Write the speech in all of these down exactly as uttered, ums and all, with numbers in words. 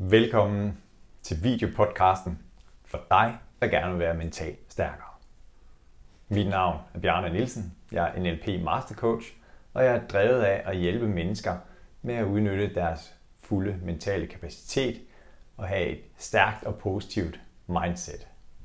Velkommen til videopodcasten for dig, der gerne vil være mentalt stærkere. Mit navn er Bjarne Nielsen, jeg er N L P Mastercoach, og jeg er drevet af at hjælpe mennesker med at udnytte deres fulde mentale kapacitet og have et stærkt og positivt mindset.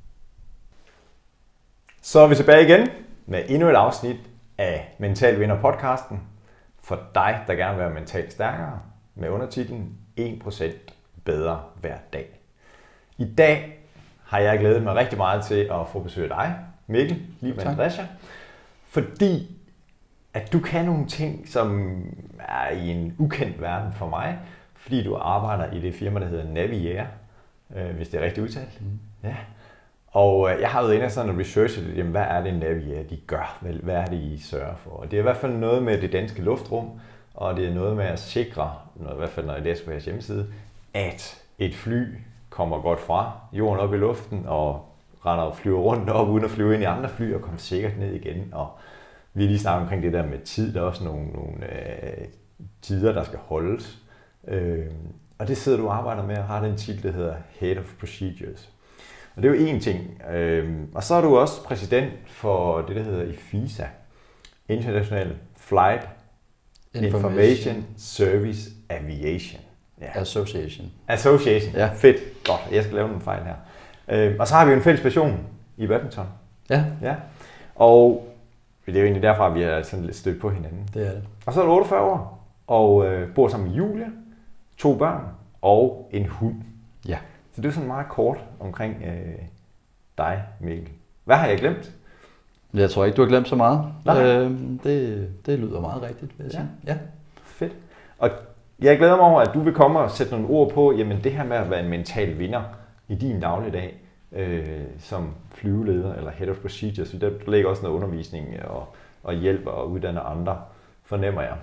Så er vi tilbage igen med endnu et afsnit af Mental Vinder podcasten for dig, der gerne vil være mentalt stærkere, med undertitlen en procent bedre hver dag. I dag har jeg glædet mig rigtig meget til at få besøg af dig, Mikkel, lige med Andresja, fordi at du kan nogle ting, som er i en ukendt verden for mig, fordi du arbejder i det firma, der hedder Naviair, øh, hvis det er rigtigt udtalt. Mm. Ja. Og øh, jeg har været inde og sådan og researchet lidt, jamen, hvad er det Naviair, de gør? Hvad er det, I sørger for? Og det er i hvert fald noget med det danske luftrum, og det er noget med at sikre, noget, i hvert fald når jeg læser på jeres hjemmeside, at et fly kommer godt fra jorden op i luften og render og flyver rundt op uden at flyve ind i andre fly og kommer sikkert ned igen. Og vi har lige snakket omkring det der med tid. Der er også nogle, nogle øh, tider, der skal holdes. Øh, og det sidder du og arbejder med og har den titel, der hedder Head of Procedures. Og det er jo én ting. Øh, og så er du også præsident for det, der hedder I F I S A, International Flight Information, Information Service Aviation. Ja. Association. Association, ja. Fedt. Godt, jeg skal lave nogle fejl her. Øh, og så har vi jo en fælles passion i badminton. Ja. Ja. Og det er jo egentlig derfra, vi har sådan lidt stødt på hinanden. Det er det. Og så er du otteogfyrre år, og øh, bor sammen med Julia, to børn og en hund. Ja. Så det er sådan meget kort omkring øh, dig, Mikkel. Hvad har jeg glemt? Jeg tror ikke, du har glemt så meget. Nej. Øh, det, det lyder meget rigtigt, vil jeg sige. Ja. Ja. Fedt. Og jeg glæder mig over, at du vil komme og sætte nogle ord på, jamen det her med at være en mental vinder i din dagligdag øh, som flyveleder eller Head of Procedures. Der ligger også noget undervisning og, og hjælp og uddanne andre, fornemmer jeg.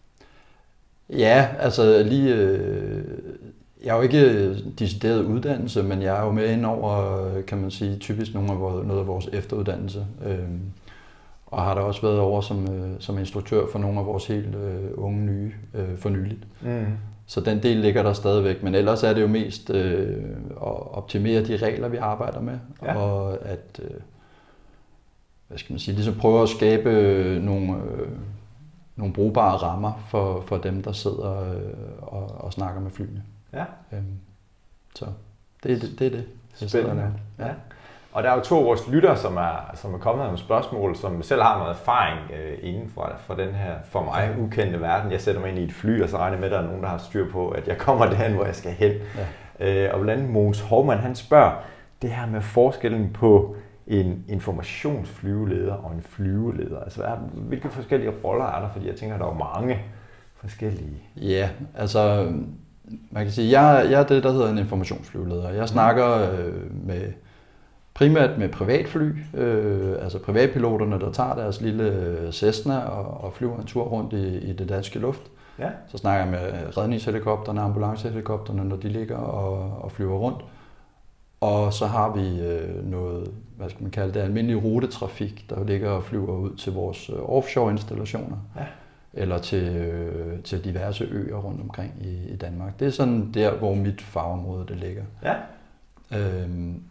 Ja, altså lige, øh, jeg er jo ikke decideret uddannelse, men jeg er jo med ind over, kan man sige, typisk nogle af vores, noget af vores efteruddannelse. Øh, og har der også været over som, øh, som instruktør for nogle af vores helt øh, unge nye øh, for nyligt. Mm. Så den del ligger der stadigvæk, men ellers er det jo mest øh, at optimere de regler, vi arbejder med, ja. Og at, øh, hvad skal man sige, ligesom prøve at skabe nogle, øh, nogle brugbare rammer for, for dem, der sidder øh, og, og snakker med flyene. Ja. Øhm, så det er det, det, er det jeg Spændende. Ja. Og der er jo to af vores lyttere, som er, som er kommet med nogle spørgsmål, som selv har noget erfaring øh, inden for, for den her, for mig, ukendte verden. Jeg sætter mig ind i et fly, og så regner med, at der er nogen, der har styr på, at jeg kommer derhen, hvor jeg skal hen. Ja. Øh, og blandt andet Mogens Hovmand, han spørger det her med forskellen på en informationsflyveleder og en flyveleder. Altså, er, hvilke forskellige roller er der? Fordi jeg tænker, at der er mange forskellige. Ja, altså, man kan sige, jeg, jeg er det, der hedder en informationsflyveleder. Jeg snakker øh, med... Primært med privatfly, øh, altså privatpiloterne, der tager deres lille Cessna og, og flyver en tur rundt i, i det danske luft. Ja. Så snakker jeg med redningshelikopterne, ambulancehelikopterne, når de ligger og, og flyver rundt. Og så har vi øh, noget, hvad skal man kalde det, almindelig rutetrafik, der ligger og flyver ud til vores offshore-installationer. Ja. Eller til, øh, til diverse øer rundt omkring i, i Danmark. Det er sådan der, hvor mit fagområde det ligger. Ja. Øhm,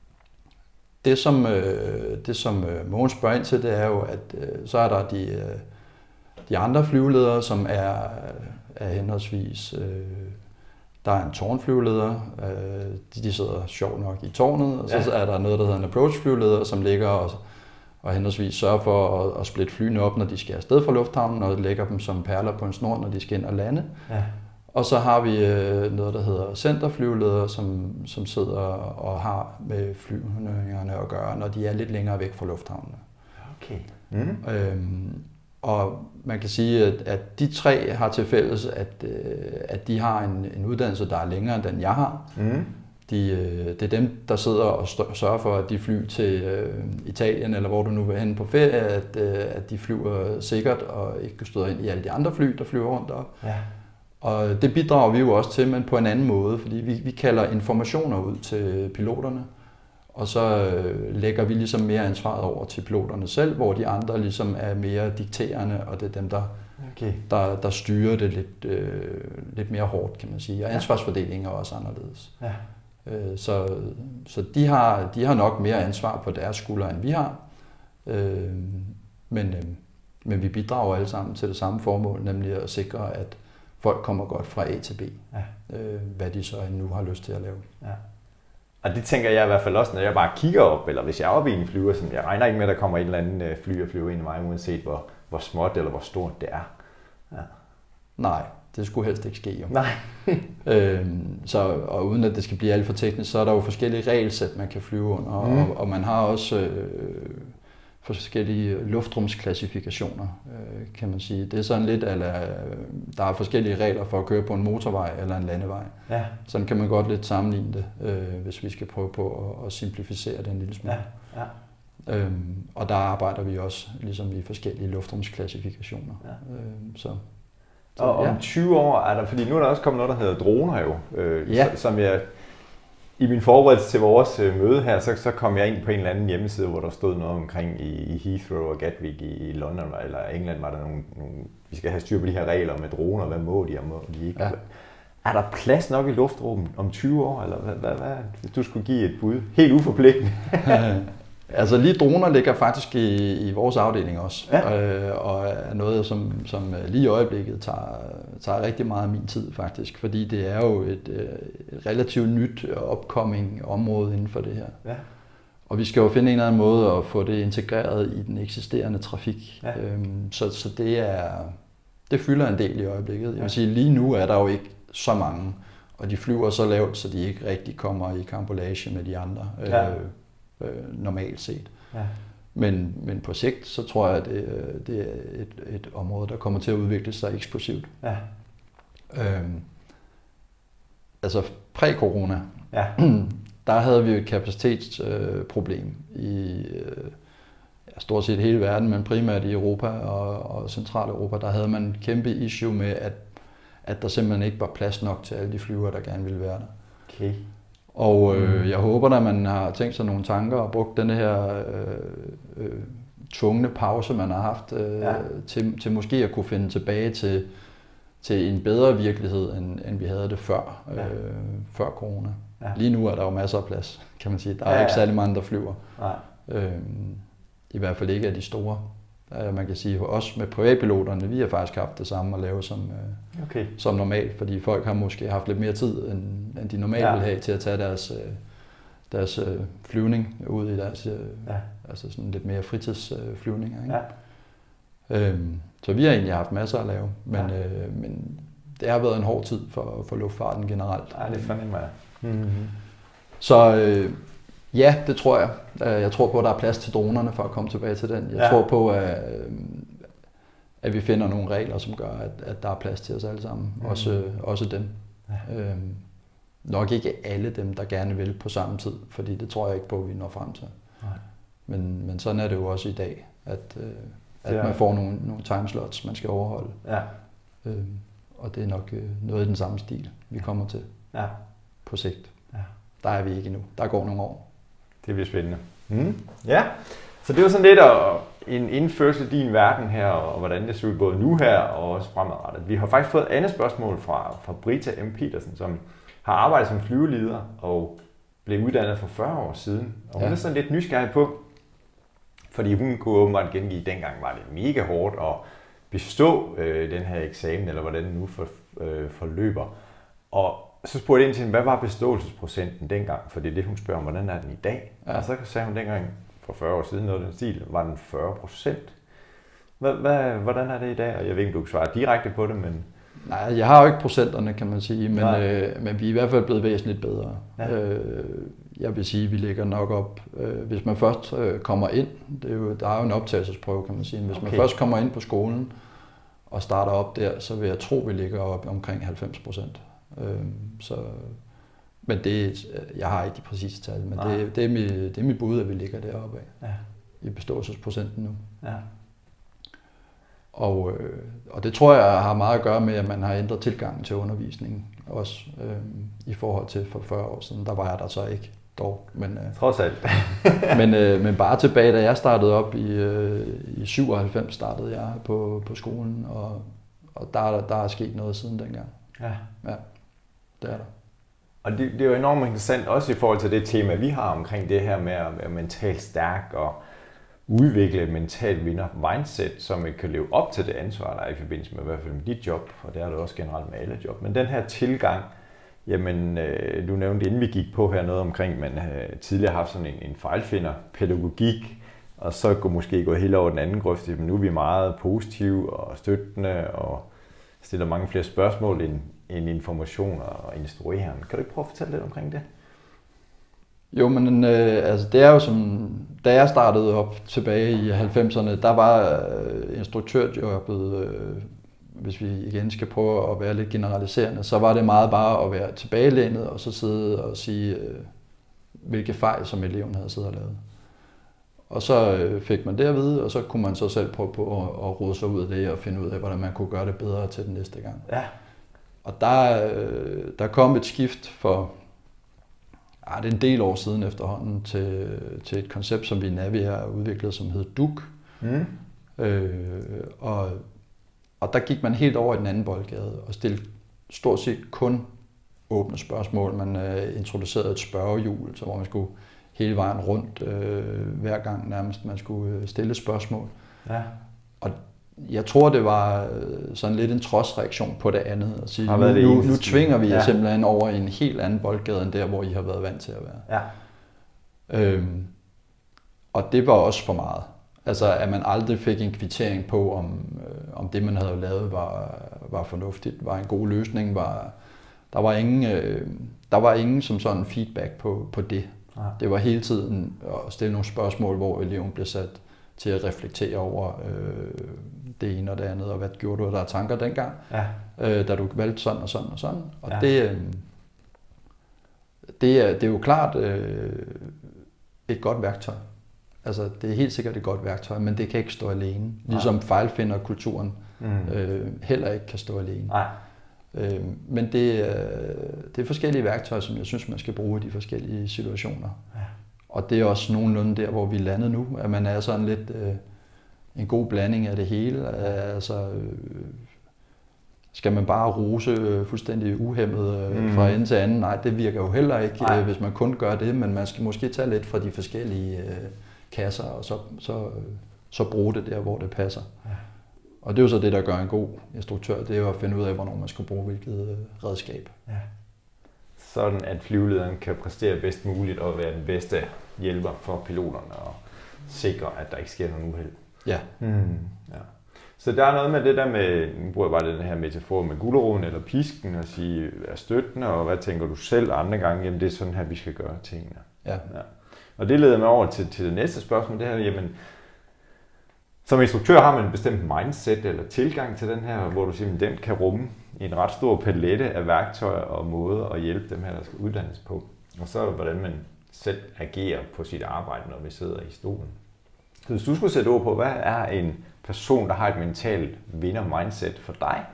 Det som, øh, det, som øh, Mogens spørger ind til, det er jo, at øh, så er der de, øh, de andre flyveledere, som er, er henholdsvis, øh, der er en tårnflyveleder, øh, de, de sidder sjovt nok i tårnet, og så ja. Er der noget, der hedder en approach-flyveleder, som ligger og, og henholdsvis sørger for at, at splitte flyene op, når de skal afsted fra lufthavnen, og lægger dem som perler på en snor, når de skal ind og lande. Ja. Og så har vi øh, noget, der hedder centerflyveledere, som, som sidder og har med flyvningerne at gøre, når de er lidt længere væk fra lufthavnene. Okay. Mm. Øhm, og man kan sige, at, at de tre har til fælles, at, øh, at de har en, en uddannelse, der er længere end den jeg har. Mm. De, øh, det er dem, der sidder og stør, sørger for, at de flyver til øh, Italien, eller hvor du nu vil hen på ferie, at, øh, at de flyver sikkert og ikke støder ind i alle de andre fly, der flyver rundt op. Ja. Og det bidrager vi jo også til, men på en anden måde, fordi vi, vi kalder informationer ud til piloterne, Og så øh, lægger vi ligesom mere ansvaret over til piloterne selv, hvor de andre ligesom er mere dikterende, og det er dem, der, okay. der, der styrer det lidt, øh, lidt mere hårdt, kan man sige. Og ansvarsfordelingen er også anderledes. Ja. Øh, så så de, har, de har nok mere ansvar på deres skuldre, end vi har. Øh, men, øh, men vi bidrager alle sammen til det samme formål, nemlig at sikre, at folk kommer godt fra A til B. Ja. Øh, hvad de så nu har lyst til at lave. Ja. Og det tænker jeg i hvert fald også, når jeg bare kigger op, eller hvis jeg er oppe i en flyver, som jeg regner ikke med, at der kommer et eller andet fly og flyver ind i mig, uanset hvor, hvor småt eller hvor stort det er. Ja. Nej, det skulle helst ikke ske jo. Nej. øhm, så, og uden at det skal blive alt for teknisk, så er der jo forskellige regelsæt, man kan flyve under, mm. og, og man har også øh, forskellige luftrumsklassifikationer, øh, kan man sige. Det er sådan lidt, eller der er forskellige regler for at køre på en motorvej eller en landevej. Ja. Sådan kan man godt lidt sammenligne det, øh, hvis vi skal prøve på at, at simplificere det en lille smule. Ja. Ja. Øhm, og der arbejder vi også ligesom i forskellige luftrumsklassifikationer. Ja. Øhm, så, så, og ja. Om tyve år er der, fordi nu er der også kommet noget, der hedder droner jo, øh, ja. som jeg... I min forberedelse til vores møde her, så, så kom jeg ind på en eller anden hjemmeside, hvor der stod noget omkring i, i Heathrow og Gatwick i, i London eller England, var der nogle, nogle, vi skal have styr på de her regler med droner, hvad må de og må de ikke. Ja. Er der plads nok i luftrummet om tyve år, eller hvad, hvad, hvad, hvis du skulle give et bud? Helt uforpligtende. Altså lige droner ligger faktisk i, i vores afdeling også, ja. øh, og er noget, som, som lige i øjeblikket tager, tager rigtig meget af min tid faktisk, fordi det er jo et, et relativt nyt upcoming område inden for det her. Ja. Og vi skal jo finde en eller anden måde at få det integreret i den eksisterende trafik, ja. øhm, så, så det, er, det fylder en del i øjeblikket. Jeg vil sige, lige nu er der jo ikke så mange, og de flyver så lavt, så de ikke rigtig kommer i karambolage med de andre. Ja. Øh, normalt set. Ja. Men, men på sigt, så tror jeg, at det, det er et, et område, der kommer til at udvikle sig eksplosivt. Ja. Øhm, altså præ-corona, ja. Der havde vi et kapacitetsproblem øh, i øh, stort set hele verden, men primært i Europa og, og Centraleuropa. Der havde man et kæmpe issue med, at, at der simpelthen ikke var plads nok til alle de flyvere, der gerne ville være der. Okay. Og øh, jeg håber, at man har tænkt sig nogle tanker og brugt denne her øh, øh, tvungne pause, man har haft, øh, ja. til, til måske at kunne finde tilbage til, til en bedre virkelighed, end, end vi havde det før, øh, ja. før corona. Ja. Lige nu er der jo masser af plads, kan man sige. Der er ja, ja. ikke særlig mange, der flyver. Nej. Øh, I hvert fald ikke af de store. Man kan sige, hos os med privatpiloterne, vi har faktisk haft det samme at lave som, okay. som normalt, fordi folk har måske haft lidt mere tid, end, end de normalt ja. vil have til at tage deres, deres flyvning ud i deres, ja. altså sådan lidt mere fritidsflyvninger. Ikke? Ja. Øhm, så vi har egentlig haft masser at lave, men, ja. øh, men det har været en hård tid for, for luftfarten generelt. Ja, det fandme mig. Mm-hmm. Så øh, ja, det tror jeg. Jeg tror på, at der er plads til dronerne for at komme tilbage til den. Jeg ja. tror på, at, at vi finder nogle regler, som gør, at, at der er plads til os alle sammen. Mm. Også, også dem. Ja. Øhm, nok ikke alle dem, der gerne vil på samme tid, fordi det tror jeg ikke på, at vi når frem til. Nej. Men, men sådan er det jo også i dag, at, at man får nogle, nogle timeslots, man skal overholde. Ja. Øhm, og det er nok noget i den samme stil, vi kommer til ja. på sigt. Ja. Der er vi ikke endnu. Der går nogle år. Det bliver spændende. Mm. Ja, så det var sådan lidt at, en indførsel i din verden her, og hvordan det ser ud både nu her og også fremadrettet. Vi har faktisk fået et andet spørgsmål fra, fra Brita M. Petersen, som har arbejdet som flyveleder og blev uddannet for fyrre år siden. Og hun ja. er sådan lidt nysgerrig på, fordi hun kunne åbenbart gengive, at dengang var det mega hårdt at bestå øh, den her eksamen, eller hvordan den nu for, øh, forløber. Og så spurgte jeg ind til hende, hvad var beståelsesprocenten dengang? For det er det, hun spørger om, hvordan er den i dag? Ja. Og så sagde hun dengang, for fyrre år siden, noget den stil, var den fyrre procent. Hvad, hvad, hvordan er det i dag? Og jeg ved ikke, om du kan svare direkte på det, men... Nej, jeg har jo ikke procenterne, kan man sige, men, øh, men vi er i hvert fald blevet væsentligt bedre. Ja. Øh, jeg vil sige, at vi ligger nok op, øh, hvis man først øh, kommer ind, det er jo, der er jo en optagelsesprøve, kan man sige, hvis okay. man først kommer ind på skolen og starter op der, så vil jeg tro, at vi ligger op omkring halvfems procent. Øhm, så, men det, jeg har ikke de præcise tal, men det, det, er mit, det er mit bud, at vi ligger deroppe af, ja. i beståelsesprocenten nu. Ja. Og, øh, og det tror jeg har meget at gøre med, at man har ændret tilgangen til undervisningen også øhm, i forhold til for fyrre år siden. Der var jeg der så ikke går. Men, øh, Trods alt. men, øh, men bare tilbage, da jeg startede op i, øh, i syvoghalvfems, startede jeg på, på skolen, og, og der, der er sket noget siden dengang. Ja. Ja, det er der. Og det, det er jo enormt interessant, også i forhold til det tema, vi har omkring det her med at være mentalt stærk og udvikle et mentalt vinder-mindset, som ikke kan leve op til det ansvar, der er i forbindelse med i hvert fald med dit job, og det er det også generelt med alle job. Men den her tilgang, jamen, øh, du nævnte, inden vi gik på her noget omkring, man øh, tidligere har haft sådan en, en fejlfinder-pædagogik, og så går måske gå helt over den anden grøft, men nu er vi meget positive og støttende, og stiller mange flere spørgsmål end, end information og instrueren. Kan du ikke prøve at fortælle lidt omkring det? Jo, men øh, altså, det er jo som, da jeg startede op tilbage i halvfemserne, der var øh, instruktørjobbet, øh, hvis vi igen skal prøve at være lidt generaliserende, så var det meget bare at være tilbagelænet og så sidde og sige, øh, hvilke fejl som eleven havde siddet og lavet. Og så øh, fik man det at vide, og så kunne man så selv prøve på at, at rode sig ud af det og finde ud af, hvordan man kunne gøre det bedre til den næste gang. Ja. Og der, øh, der kom et skift for ah, det er en del år siden efterhånden til, til et koncept, som vi i Navi har udviklet, som hedder D U C. Mm. Øh, og, og der gik man helt over i den anden boldgade og stillede stort set kun åbne spørgsmål. Man øh, introducerede et spørgehjul, så hvor man skulle hele vejen rundt, øh, hver gang nærmest man skulle stille spørgsmål. Ja. Og jeg tror, det var sådan lidt en trodsreaktion på det andet. At sige, nu, nu, nu tvinger vi jer ja. simpelthen over i en helt anden boldgade, end der, hvor I har været vant til at være. Ja. Øhm, og det var også for meget. Altså, at man aldrig fik en kvittering på, om, øh, om det, man havde lavet, var, var fornuftigt, var en god løsning. Var, der, var ingen, øh, der var ingen som sådan feedback på, på det. Ja. Det var hele tiden at stille nogle spørgsmål, hvor eleven blev sat til at reflektere over øh, det ene og det andet, og hvad gjorde du der tanker dengang, ja. øh, da du valgte sådan og sådan og sådan. Og ja. det, øh, det, er, det er jo klart øh, et godt værktøj. Altså, det er helt sikkert et godt værktøj, men det kan ikke stå alene. Ligesom fejlfinderkulturen mm. øh, heller ikke kan stå alene. Nej. Øh, men det, øh, det er forskellige værktøjer, som jeg synes, man skal bruge i de forskellige situationer. Ja. Og det er også nogenlunde der, hvor vi er landet nu, at man er sådan lidt øh, en god blanding af det hele. Altså, øh, skal man bare rose øh, fuldstændig uhæmmet øh, mm. fra ende til anden? Nej, det virker jo heller ikke, øh, hvis man kun gør det, men man skal måske tage lidt fra de forskellige øh, kasser, og så, så, øh, så bruge det der, hvor det passer. Ja. Og det er jo så det, der gør en god instruktør, det er jo at finde ud af, hvornår man skal bruge hvilket øh, redskab. Ja. Sådan at flyvelederen kan præstere bedst muligt og være den bedste hjælper for piloterne og sikre, at der ikke sker nogen uheld. Ja. Mm, ja. Så der er noget med det der med, nu bruger jeg bare den her metafor med guleroden eller pisken og sige, er støttende, og hvad tænker du selv andre gange? Jamen det er sådan her, vi skal gøre tingene. Ja. Ja. Og det leder mig over til, til det næste spørgsmål, det her, jamen, som instruktør har man en bestemt mindset eller tilgang til den her, hvor du siger, at den kan rumme en ret stor palette af værktøjer og måder at hjælpe dem her, der skal uddannes på. Og så hvordan man selv agerer på sit arbejde, når vi sidder i stolen. Så hvis du skulle sætte ord på, hvad er en person, der har et mentalt vinder-mindset for dig?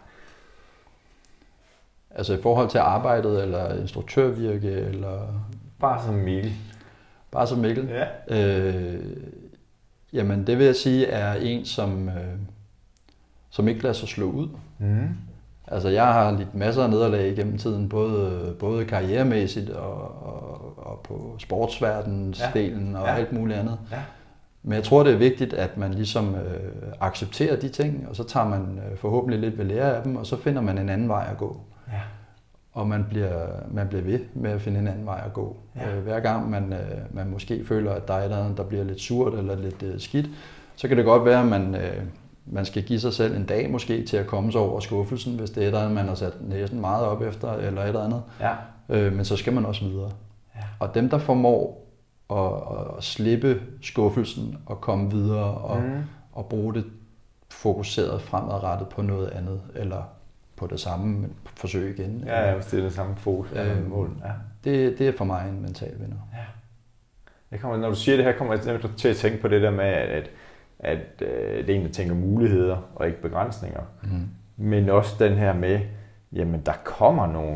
Altså i forhold til arbejdet, eller instruktørvirke, eller... Bare som Mikkel. Bare som Mikkel? Ja. Øh, jamen det vil jeg sige er en, som, øh, som ikke lader sig slå ud. Mm. Altså jeg har lidt masser af nederlag igennem tiden, både, både karrieremæssigt og, og, og på sportsverdens ja. delen og ja. alt muligt andet. Ja. Men jeg tror, det er vigtigt, at man ligesom øh, accepterer de ting, og så tager man øh, forhåbentlig lidt ved lære af dem, og så finder man en anden vej at gå. Ja. Og man bliver, man bliver ved med at finde en anden vej at gå. Ja. Øh, hver gang man, øh, man måske føler, at der er noget, der bliver lidt surt eller lidt øh, skidt, så kan det godt være, at man, øh, man skal give sig selv en dag måske til at komme sig over skuffelsen, hvis det er der, man har sat næsten meget op efter, eller et eller andet. Ja. Øh, men så skal man også videre. Ja. Og dem, der formår at, at slippe skuffelsen og komme videre og, mm. og bruge det fokuseret fremadrettet på noget andet, eller på det samme, men forsøge igen. Ja, hvis det er det samme fokus. Øh, mål. Ja. Det, det er for mig en mental vinder. Ja. Jeg kommer, når du siger det her, kommer jeg til at tænke på det der med, at, at, at det er en, der tænker muligheder og ikke begrænsninger. Mm. Men også den her med, jamen der kommer nogle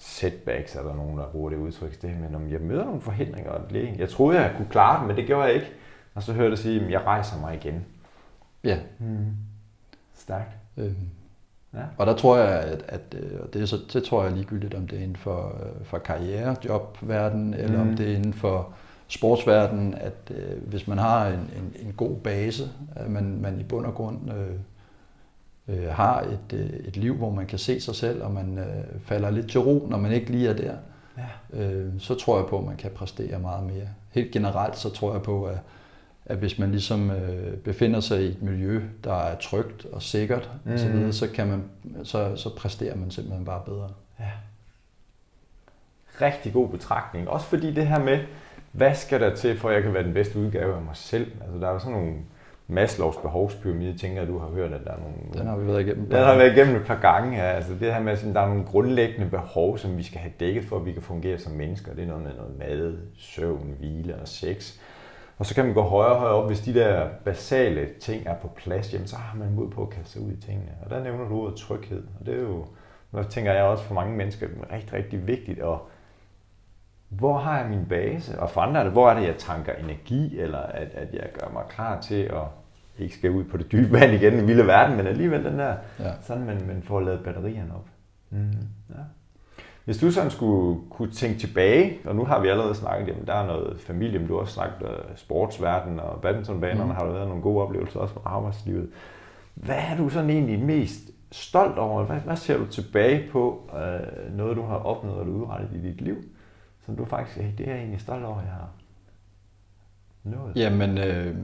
setbacks, er der nogen, der bruger det udtryk. Det med, om jeg møder nogle forhindringer og lægen. Jeg troede, jeg kunne klare det, men det gjorde jeg ikke. Og så hørte jeg sige, at jeg rejser mig igen. Ja. Hmm. Stærkt. Øhm. Ja. Og der tror jeg, at, at og det, er så, det tror jeg er ligegyldigt, om det er inden for, for karriere, jobverden, eller mm. om det er inden for sportsverden, at øh, hvis man har en, en, en god base, at man, man i bund og grund øh, øh, har et, øh, et liv, hvor man kan se sig selv, og man øh, falder lidt til ro, når man ikke lige er der, ja. øh, så tror jeg på, at man kan præstere meget mere. Helt generelt så tror jeg på, at at hvis man ligesom øh, befinder sig i et miljø, der er trygt og sikkert, mm. og så, videre, så, kan man, så, så præsterer man simpelthen bare bedre. Ja. Rigtig god betragtning. Også fordi det her med, hvad skal der til, for at jeg kan være den bedste udgave af mig selv? Altså, der er jo sådan nogle Maslows behovspyramide, tænker jeg, du har hørt, at der er nogle... Den har vi været igennem. Den har vi været igennem et par gange, ja. Altså, det her med, at der er nogle grundlæggende behov, som vi skal have dækket, for at vi kan fungere som mennesker. Det er noget med noget mad, søvn, hvile og sex. Og så kan man gå højere og højere op, hvis de der basale ting er på plads, jamen så har man mod på at kaste sig ud i tingene. Og der nævner du ordet tryghed, og det er jo, det tænker jeg også for mange mennesker, rigtig, rigtig vigtigt. Og hvor har jeg min base? Og for andre er det, hvor er det, jeg tanker energi, eller at, at jeg gør mig klar til at ikke skal ud på det dybe vand igen i den vilde verden, men alligevel den der, ja. Sådan man, man får lavet batterierne op. Mm. Ja. Hvis du sådan skulle kunne tænke tilbage, og nu har vi allerede snakket, jamen der er noget familie, men du har også snakket uh, sportsverden og badmintonbanerne, mm. har der været nogle gode oplevelser også på arbejdslivet. Hvad er du sådan egentlig mest stolt over? Hvad, hvad ser du tilbage på, uh, noget du har opnået eller udrettet i dit liv, som du faktisk, hey, det er jeg egentlig stolt over, jeg har nået? Jamen, øh,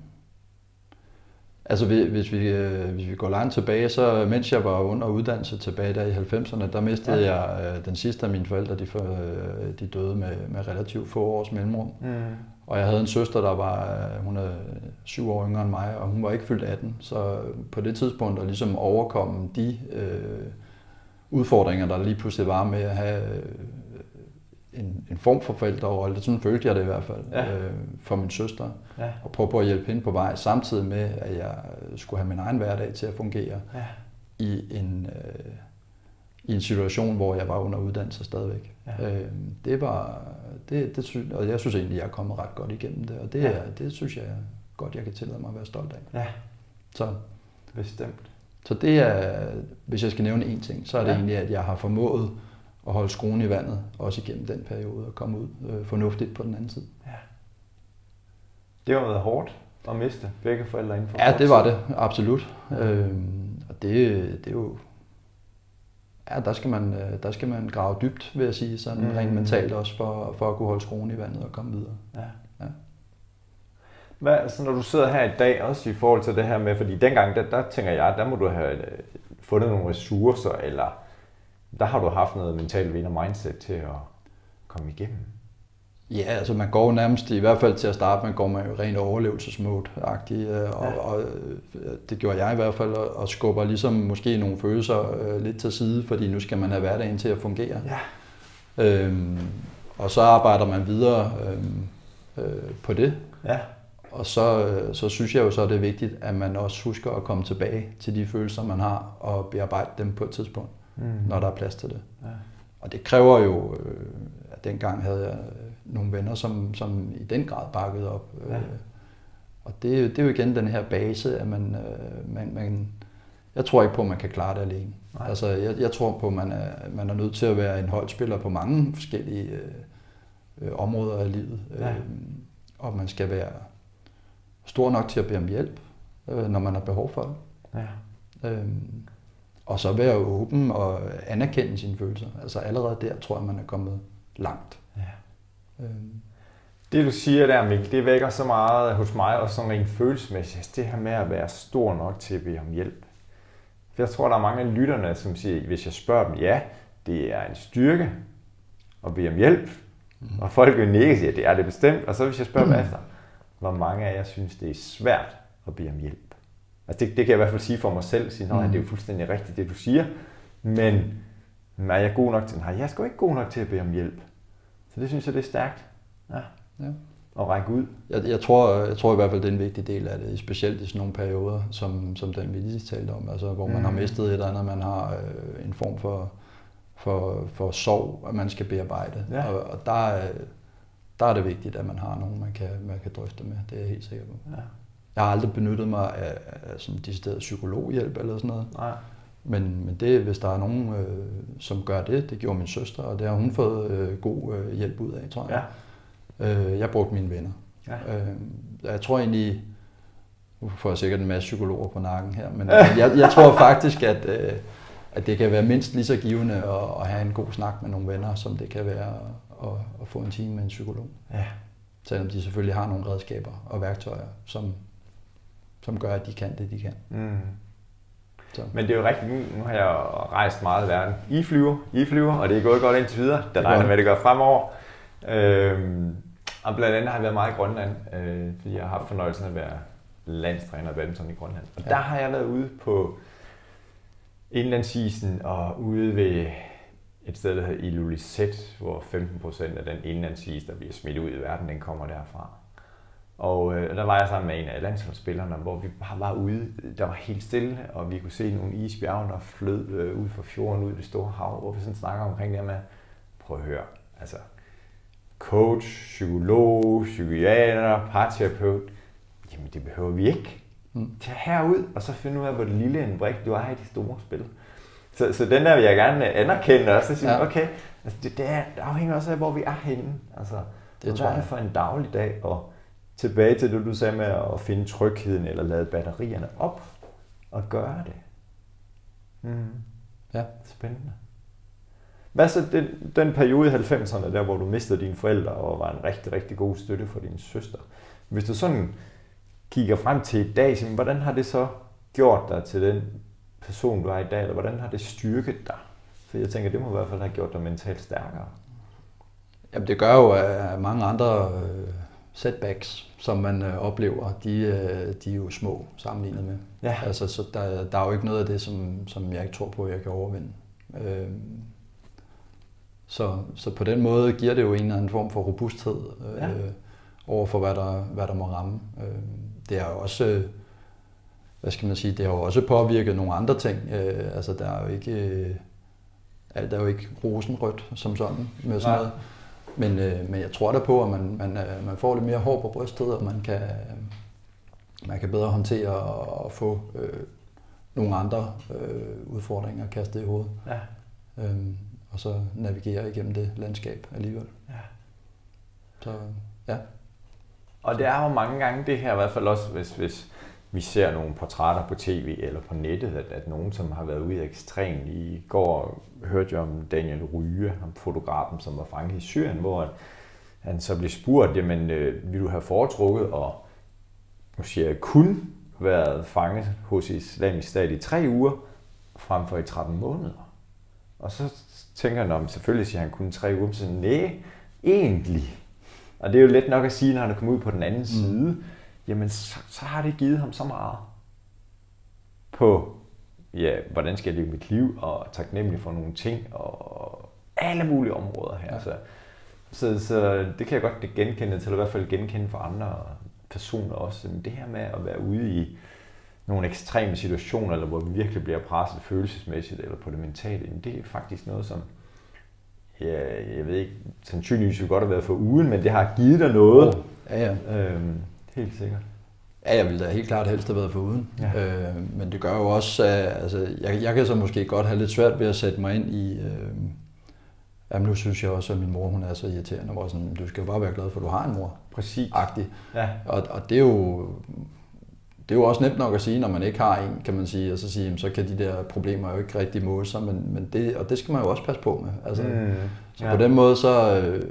altså hvis vi, øh, hvis vi går langt tilbage, så mens jeg var under uddannelse tilbage der i halvfemserne, der mistede ja. jeg øh, den sidste af mine forældre, de, for, øh, de døde med, med relativt få års mellemrum. Mm. Og jeg havde en søster, der var, hun er syv år yngre end mig, og hun var ikke fyldt atten. Så på det tidspunkt at ligesom overkomme de øh, udfordringer, der lige pludselig var med at have øh, en, en form for forældrerolle, sådan følte jeg det i hvert fald, ja. øh, for min søster. Ja. Og prøve på at hjælpe hende på vej, samtidig med, at jeg skulle have min egen hverdag til at fungere ja. i, en, øh, i en situation, hvor jeg var under uddannelse stadigvæk. Ja. Øh, det var, det, det synes, og jeg synes egentlig, jeg er kommet ret godt igennem det, og det, ja. det synes jeg godt, jeg kan tillade mig at være stolt af. Ja. Så, bestemt. Så det er, hvis jeg skal nævne én ting, så er det ja. egentlig, at jeg har formået at holde skruen i vandet, også igennem den periode, og komme ud øh, fornuftigt på den anden side. Ja. Det har været hårdt at miste begge forældre inden for Ja, det var det, absolut. Ja. Øhm, og det, det er jo... Ja, der skal, man, der skal man grave dybt, vil jeg sige, sådan mm. rent mentalt også, for, for at kunne holde skruen i vandet og komme videre. Ja. Ja. Hvad, altså, når du sidder her i dag, også i forhold til det her med, fordi dengang, der, der tænker jeg, der må du have fundet nogle ressourcer, eller der har du haft noget mentalt vinder mindset til at komme igennem. Ja, altså man går nærmest, i hvert fald til at starte med, går man jo rent overlevelsesmode-agtigt, og, ja. og det gjorde jeg i hvert fald, og skubber ligesom måske nogle følelser øh, lidt til side, fordi nu skal man have hverdagen til at fungere. Ja. Øhm, og så arbejder man videre øhm, øh, på det, ja. og så, så synes jeg jo så, at det er vigtigt, at man også husker at komme tilbage til de følelser, man har, og bearbejde dem på et tidspunkt, mm. når der er plads til det. Ja. Og det kræver jo, øh, at dengang havde jeg nogle venner, som, som i den grad bakkede op. Ja. Og det, det er jo igen den her base, at man, man, man jeg tror ikke på, at man kan klare det alene. Nej. Altså, jeg, jeg tror på, at man er, man er nødt til at være en holdspiller på mange forskellige øh, områder af livet. Ja. Øh, og man skal være stor nok til at bede om hjælp, øh, når man har behov for det. Ja. Øh, og så være åben og anerkende sine følelser. Altså allerede der tror jeg, man er kommet langt. Ja. Det du siger der, Mikkel, det vækker så meget hos mig, og sådan rent følelsesmæssigt, det her med at være stor nok til at bede om hjælp. For jeg tror, der er mange af lytterne, som siger, hvis jeg spørger dem, ja, det er en styrke at bede om hjælp, mm. og folk vil ikke sige, at det er det bestemt, og så hvis jeg spørger dem efter, hvor mange af jer synes, det er svært at bede om hjælp. Altså det, det kan jeg i hvert fald sige for mig selv, sige, nej, det er jo fuldstændig rigtigt, det du siger, men er jeg god nok til, nej, jeg er sgu ikke god nok til at bede om hjælp. Så det synes jeg, det er stærkt. Ja. Ja. At række ud. Jeg, jeg, tror, jeg tror i hvert fald, det er en vigtig del af det, specielt i sådan nogle perioder, som, som den vi lige talte om, altså hvor man mm. har mistet et eller andet, man har øh, en form for for, for sorg, at man skal bearbejde. Ja. Og, og der, er, der er det vigtigt, at man har nogen, man kan, man kan drøfte med. Det er jeg helt sikker på. Ja. Jeg har aldrig benyttet mig af, af sådan decideret psykologhjælp eller sådan noget. Nej. Men, men det, hvis der er nogen, øh, som gør det, det gjorde min søster, og det har hun fået øh, god øh, hjælp ud af, tror jeg. Ja. Øh, jeg brugte mine venner. Ja. Øh, jeg tror egentlig, nu får jeg sikkert en masse psykologer på nakken her, men jeg, jeg tror faktisk, at, øh, at det kan være mindst lige så givende at, at have en god snak med nogle venner, som det kan være at, at få en time med en psykolog. Ja. Selvom de selvfølgelig har nogle redskaber og værktøjer, som, som gør, at de kan det, de kan. Mm. Så. Men det er jo rigtigt, nu, nu har jeg rejst meget i verden. I flyver, I flyver, og det er gået godt indtil videre. Der regner med, at det gør fremover. Øhm, og blandt andet har jeg været meget i Grønland, øh, fordi jeg har haft fornøjelsen af at være landstræner i badminton i Grønland. Og ja. Der har jeg været ude på indlandsisen og ude ved et sted, der hedder Ilulissat, hvor femten procent af den indlandsis, der bliver smidt ud i verden, den kommer derfra. Og øh, der var jeg sammen med en af landsholdsspillerne, hvor vi bare var ude, der var helt stille, og vi kunne se nogle isbjerge, der flød øh, ud fra fjorden, ud i det store hav, hvor vi sådan snakker omkring det med, prøv at høre, altså coach, psykolog, psykiater, parterapeut, jamen det behøver vi ikke. Mm. Tag herud, og så finde ud af, hvor det lille en brik du er i de store spil. Så, så den der vil jeg gerne anerkende også, og sige, ja. Okay, altså det, det, er, det afhænger også af, hvor vi er henne. Altså, det tror jeg for en daglig dag, og tilbage til det, du sagde med at finde trygheden, eller lade batterierne op, og gøre det. Mm. Ja. Spændende. Hvad så den, den periode i halvfemserne, der hvor du mistede dine forældre, og var en rigtig, rigtig god støtte for din søster. Hvis du sådan kigger frem til i dag, så hvordan har det så gjort dig til den person, du er i dag, eller hvordan har det styrket dig? For jeg tænker, det må i hvert fald have gjort dig mentalt stærkere. Jamen det gør jo, at mange andre øh, setbacks, som man øh, oplever, de, øh, de er jo små sammenlignet med. Ja. Altså, så der, der er jo ikke noget af det, som, som jeg ikke tror på, at jeg kan overvinde. Øh, så, så på den måde giver det jo en eller anden form for robusthed øh, ja. over for, hvad der, hvad der må ramme. Øh, det er jo også... Øh, hvad skal man sige, det har jo også påvirket nogle andre ting. Øh, altså der er jo ikke, øh, alt er jo ikke rosenrødt som sådan med sådan noget. Men, øh, men jeg tror da på, at man, man, øh, man får lidt mere hår på brystet, og man kan, øh, man kan bedre håndtere og, og få øh, nogle andre øh, udfordringer kastet i hovedet. Ja. Øhm, og så navigere igennem det landskab alligevel. Ja. Så ja. Og det er jo mange gange det her, i hvert fald også, hvis, hvis vi ser nogle portrætter på tv eller på nettet, at, at nogen, som har været ude i ekstrem. I går hørte jeg om Daniel Ryge, ham fotografen, som var fanget i Syrien, hvor han så blev spurgt, jamen, øh, vil du have foretrukket og nu siger jeg, kun været fanget hos Islamisk Stat i tre uger, frem for i tretten måneder. Og så tænker han om, selvfølgelig siger han kun tre uger, så nej, egentlig. Og det er jo let nok at sige, når han er kommet ud på den anden mm. side, jamen så, så har det givet ham så meget på, ja, hvordan skal jeg leve mit liv, og taknemmelig for nogle ting, og alle mulige områder her. Ja. Så, så, så det kan jeg godt genkende til, i hvert fald genkende for andre personer også. Men det her med at være ude i nogle ekstreme situationer, eller hvor vi virkelig bliver presset følelsesmæssigt, eller på det mentale, det er faktisk noget, som ja, jeg ved ikke, sandsynligvis jo godt have været for uden, men det har givet dig noget. Oh. Ja, ja. Øhm, helt sikkert. Ja, jeg ville da helt klart helst have været for uden. Ja. Øh, men det gør jo også, at altså, jeg, jeg kan så måske godt have lidt svært ved at sætte mig ind i, øh, jamen nu synes jeg også, at min mor hun er så irriterende, hvor sådan, du skal jo bare være glad for, at du har en mor. Præcis. Agtig. Ja. Og, og det er jo... Det er jo også nemt nok at sige, når man ikke har en, kan man sige, og så sige, så kan de der problemer jo ikke rigtig måle sig, men, men det, og det skal man jo også passe på med. Altså, mm, så ja. På den måde, så, øh,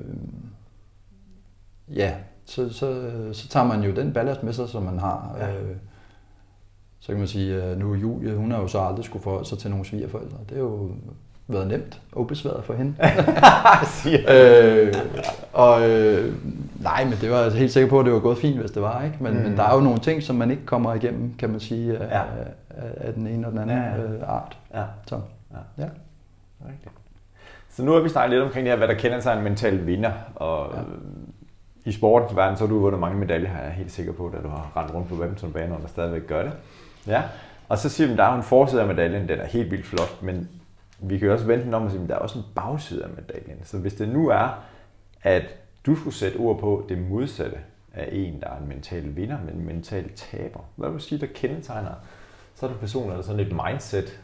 ja, så, så, så tager man jo den ballast med sig, som man har. Ja. Øh, så kan man sige, at nu Julie, hun har jo så aldrig skulle forholde sig til nogle svigerforældre. Det har jo været nemt og ubesværet for hende. øh, og øh, nej, men det var jeg helt sikker på, at det var gået fint, hvis det var, ikke? Men, mm. men der er jo nogle ting, som man ikke kommer igennem, kan man sige, af, ja. af, af den ene og den anden ja, ja. Øh, art. Ja. Så, ja. Ja. Okay. Så nu har vi snakket lidt omkring det her, hvad der kender sig en mental vinder, og ja. I sportens verden, så har du vundet mange medaljer, har jeg helt sikker på, da du har rendt rundt på badmintonbanen, og der stadigvæk gør det. Ja. Og så siger vi, at der er en forside af medaljen, den er helt vildt flot, men vi kan jo også vente den om og sige, at der er også en bagside af medaljen. Så hvis det nu er, at du skulle sætte ord på det modsatte af en, der er en mental vinder, men en mental taber, hvad vil du sige, der kendetegner sådan en person, eller sådan et mindset?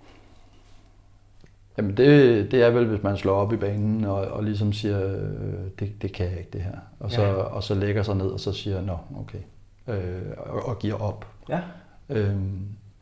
Jamen det, det er vel, hvis man slår op i banen og, og ligesom siger, det, det kan jeg ikke det her. Og så, ja. og så lægger sig ned og så siger, nå, okay. Øh, og, og giver op. Ja. Øhm,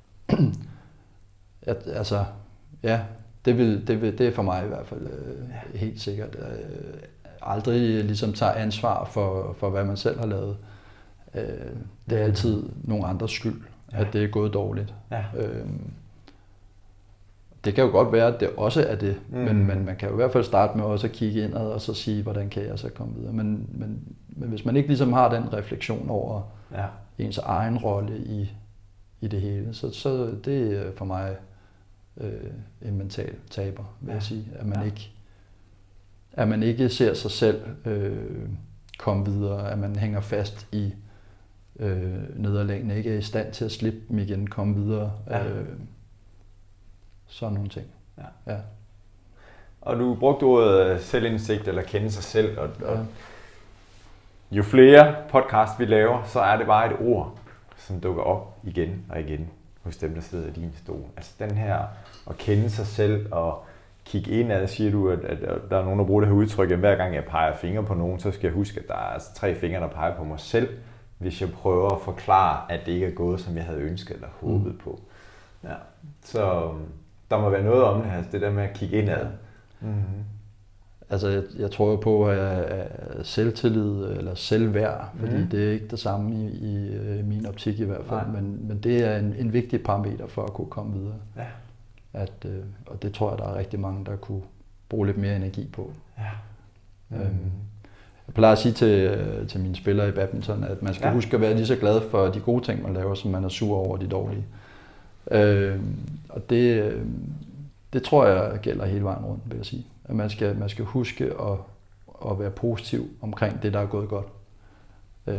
at, altså, ja, det, vil, det, vil, det er for mig i hvert fald øh, ja. helt sikkert. Øh, aldrig ligesom tager ansvar for, for, hvad man selv har lavet. Øh, det er altid nogle andres skyld, ja. at det er gået dårligt. Ja. Øhm, Det kan jo godt være, at det også er det, mm. men, men man kan jo i hvert fald starte med også at kigge indad og så sige, hvordan kan jeg så komme videre. Men, men, men hvis man ikke ligesom har den refleksion over ja. ens egen rolle i, i det hele, så, så det er for mig øh, en mental taber, vil ja. jeg sige. At man, ja. ikke, at man ikke ser sig selv øh, komme videre, at man hænger fast i øh, nederlagene, ikke er i stand til at slippe dem igen, komme videre. Ja. Øh, Sådan nogle ting. Ja. Ja. Og du brugte ordet selvindsigt eller kende sig selv. Og, og jo flere podcast vi laver, så er det bare et ord, som dukker op igen og igen hos dem, der sidder i din stol. Altså den her at kende sig selv og kigge indad, siger du, at, at, at der er nogen, der bruger det her udtryk, at hver gang jeg peger fingre på nogen, så skal jeg huske, at der er altså tre fingre, der peger på mig selv, hvis jeg prøver at forklare, at det ikke er gået, som jeg havde ønsket eller håbet mm. på. Ja. Så der må være noget om det her, det der med at kigge indad. Ja. Mm-hmm. Altså, jeg, jeg tror jo på at selvtillid eller selvværd, fordi mm. det er ikke det samme i, i, i min optik i hvert fald, men, men det er en, en vigtig parameter for at kunne komme videre. Ja. At, øh, og det tror jeg, der er rigtig mange, der kunne bruge lidt mere energi på. Ja. Mm. Øhm, jeg plejer at sige til, til mine spillere i badminton, at man skal ja. huske at være lige så glad for de gode ting, man laver, som man er sur over de dårlige. Øh, og det, det tror jeg gælder hele vejen rundt, vil jeg sige. At man skal, man skal huske at, at være positiv omkring det, der er gået godt. Øh,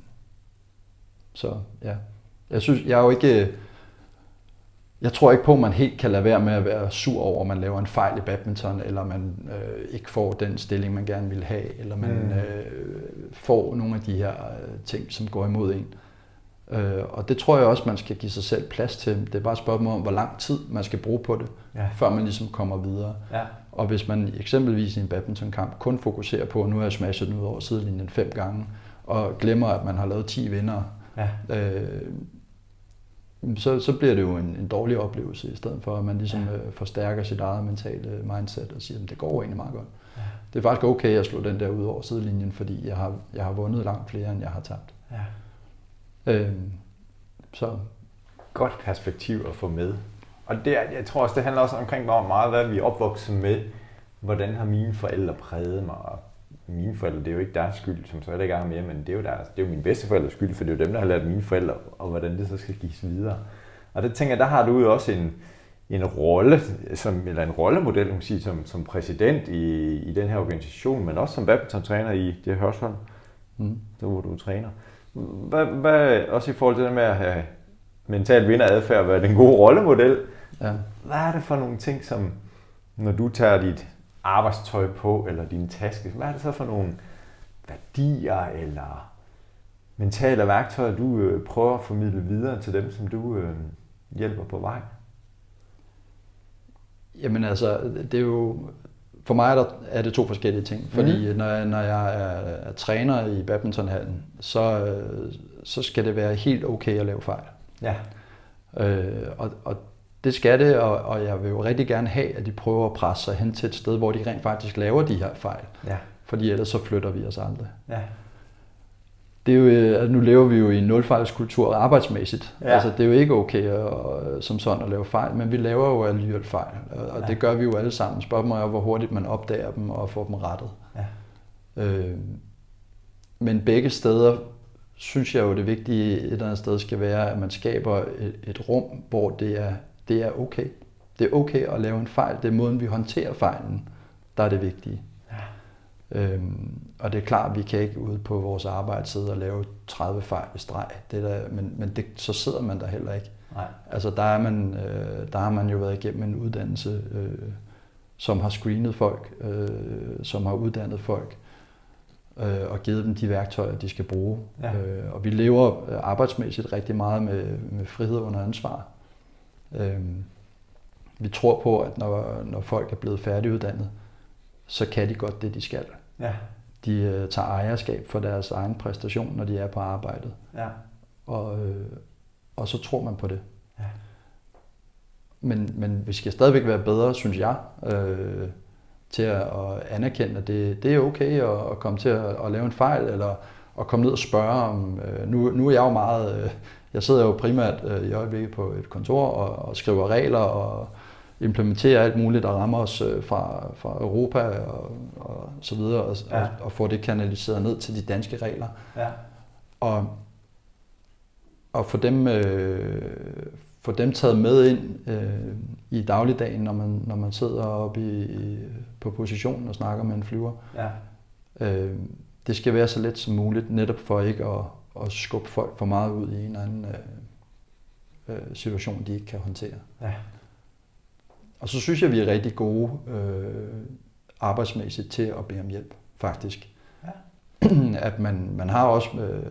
så ja, jeg synes, jeg er jo ikke, jeg tror ikke på, at man helt kan lade være med at være sur over, at man laver en fejl i badminton, eller man øh, ikke får den stilling, man gerne vil have, eller man mm. øh, får nogle af de her ting, som går imod en. Øh, og det tror jeg også, man skal give sig selv plads til. Det er bare et spørgsmål om, hvor lang tid man skal bruge på det, ja. før man ligesom kommer videre. Ja. Og hvis man eksempelvis i en badmintonkamp kun fokuserer på, at nu har jeg smashet den ud over sidelinjen fem gange, og glemmer, at man har lavet ti vindere, ja. øh, så, så bliver det jo en, en dårlig oplevelse, i stedet for at man ligesom ja. øh, forstærker sit eget mentale mindset og siger, at det går egentlig meget godt. Ja. Det er faktisk okay at slå den der ud over sidelinjen, fordi jeg har, jeg har vundet langt flere, end jeg har tabt. Ja. Øhm, så. Godt perspektiv at få med. Og det er, jeg tror også, det handler også omkring, hvor meget hvad vi er opvokset med. Hvordan har mine forældre præget mig? Og mine forældre, det er jo ikke deres skyld, som så er det ikke mere, men det er jo, deres, det er jo mine bedsteforældres skyld, for det er jo dem, der har lært mine forældre, og hvordan det så skal gives videre. Og det tænker jeg, der har du jo også en, en rolle, som, eller en rollemodel, man sige, som, som præsident i, i den her organisation, men også som badmintontræner i det Hørsholm, mm. der hvor du træner. Hvad, hvad, også i forhold til det med at have mental vinderadfærd og være den gode rollemodel, ja. Hvad er det for nogle ting, som når du tager dit arbejdstøj på, eller din taske, hvad er det så for nogle værdier eller mentale værktøjer, du øh, prøver at formidle videre til dem, som du øh, hjælper på vej? Jamen altså, det er jo, for mig er, der, er det to forskellige ting, fordi mm. når, jeg, når jeg er, er træner i badmintonhallen, så, øh, så skal det være helt okay at lave fejl. Ja. Øh, og, og det skal det, og, og jeg vil jo rigtig gerne have, at de prøver at presse sig hen til et sted, hvor de rent faktisk laver de her fejl. Ja. Fordi ellers så flytter vi os aldrig. Ja. Det er jo, altså nu lever vi jo i en nulfejlskultur arbejdsmæssigt. Ja. Altså, det er jo ikke okay at, som sådan at lave fejl, men vi laver jo alligevel fejl. Og ja. Det gør vi jo alle sammen. Spørgsmålet er, hvor hurtigt man opdager dem og får dem rettet. Ja. Øh, men begge steder synes jeg jo, det vigtige et eller andet sted skal være, at man skaber et, et rum, hvor det er, det er okay. Det er okay at lave en fejl. Det er måden, vi håndterer fejlen, der er det vigtige. Ja. Øhm, og det er klart, at vi kan ikke ude på vores arbejde sidde og lave tredive fejl i streg. Det der, men men det, så sidder man der heller ikke. Nej. Altså der er man, øh, der har man jo været igennem en uddannelse, øh, som har screenet folk, øh, som har uddannet folk, øh, og givet dem de værktøjer, de skal bruge. Ja. Øh, og vi lever arbejdsmæssigt rigtig meget med, med frihed under ansvar. Øh, vi tror på, at når, når folk er blevet færdiguddannet, så kan de godt det, de skal. Ja. De øh, tager ejerskab for deres egen præstation, når de er på arbejdet. Ja. Og, øh, og så tror man på det. Ja. Men, men vi skal stadigvæk være bedre, synes jeg, øh, til at, at anerkende, at det, det er okay at, at komme til at, at lave en fejl, eller at komme ned og spørge om... Øh, nu, nu er jeg jo meget... Øh, jeg sidder jo primært øh, i øjeblikket på et kontor og, og skriver regler og implementerer alt muligt, der rammer os øh, fra, fra Europa og, og så videre, og, ja. og, og får det kanaliseret ned til de danske regler. Ja. Og, og få dem... Øh, få dem taget med ind øh, i dagligdagen, når man, når man sidder oppe i, i, på positionen og snakker med en flyver. Ja. Øh, det skal være så let som muligt, netop for ikke at, at skubbe folk for meget ud i en eller anden øh, øh, situation, de ikke kan håndtere. Ja. Og så synes jeg, vi er rigtig gode øh, arbejdsmæssigt til at bede om hjælp, faktisk. Ja. At man, man har også... Øh,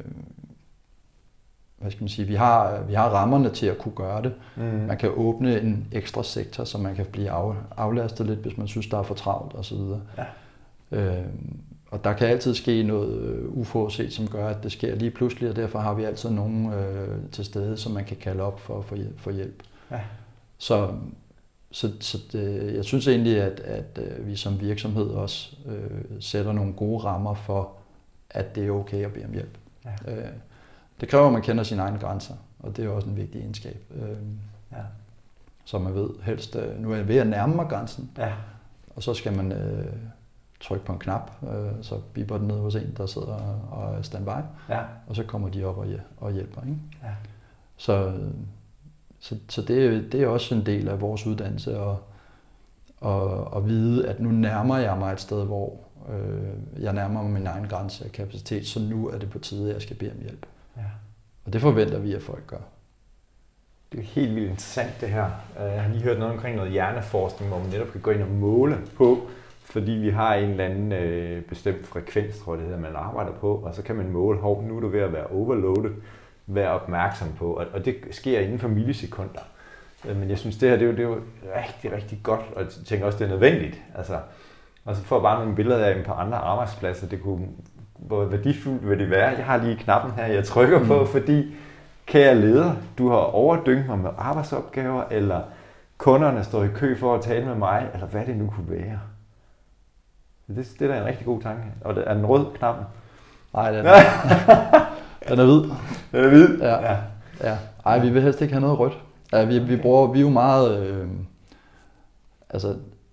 hvad skal man sige, vi har, vi har rammerne til at kunne gøre det. Mm. Man kan åbne en ekstra sektor, så man kan blive af, aflastet lidt, hvis man synes, der er for travlt osv. Ja. Øh, og der kan altid ske noget uforudset, som gør, at det sker lige pludselig, og derfor har vi altid nogen øh, til stede, som man kan kalde op for at få hjælp. Ja. Så, så, så det, jeg synes egentlig, at, at vi som virksomhed også øh, sætter nogle gode rammer for, at det er okay at bede om hjælp. Ja. Øh, Det kræver, at man kender sine egne grænser, og det er også en vigtig egenskab. Øh, ja. Så man ved helst, øh, nu er jeg ved at nærme mig grænsen, ja. Og så skal man øh, trykke på en knap, øh, så biber den ned hos en, der sidder og er standby, ja. Og så kommer de op og, og hjælper. Ikke? Ja. Så, så, så det, det er også en del af vores uddannelse, at, at, at vide, at nu nærmer jeg mig et sted, hvor øh, jeg nærmer mig min egen grænse af kapacitet, så nu er det på tide, at jeg skal bede om hjælp. Ja. Og det forventer vi, at folk gør. Det er helt vildt interessant det her. Jeg har lige hørt noget omkring noget hjerneforskning, hvor man netop kan gå ind og måle på, fordi vi har en eller anden øh, bestemt frekvens, tror jeg det hedder, man arbejder på, og så kan man måle, hov, nu er du ved at være overloaded, være opmærksom på, og, og det sker inden for millisekunder. Men jeg synes, det her det er, jo, det er jo rigtig, rigtig godt, og jeg tænker også, det er nødvendigt. Altså, og så får jeg bare nogle billeder af dem på andre arbejdspladser, det kunne... Hvor værdifuldt vil det være? Jeg har lige knappen her, jeg trykker på, mm. fordi kære leder, du har overdynget mig med arbejdsopgaver, eller kunderne står i kø for at tale med mig, eller hvad det nu kunne være. Det, det er da en rigtig god tanke. Og er den rød, knappen? Nej, den er, den er hvid. Den er hvid? Ja. Ja. Ja. Ej, vi vil helst ikke have noget rødt. Ja, vi, vi, bruger, vi er jo meget... Øh, altså...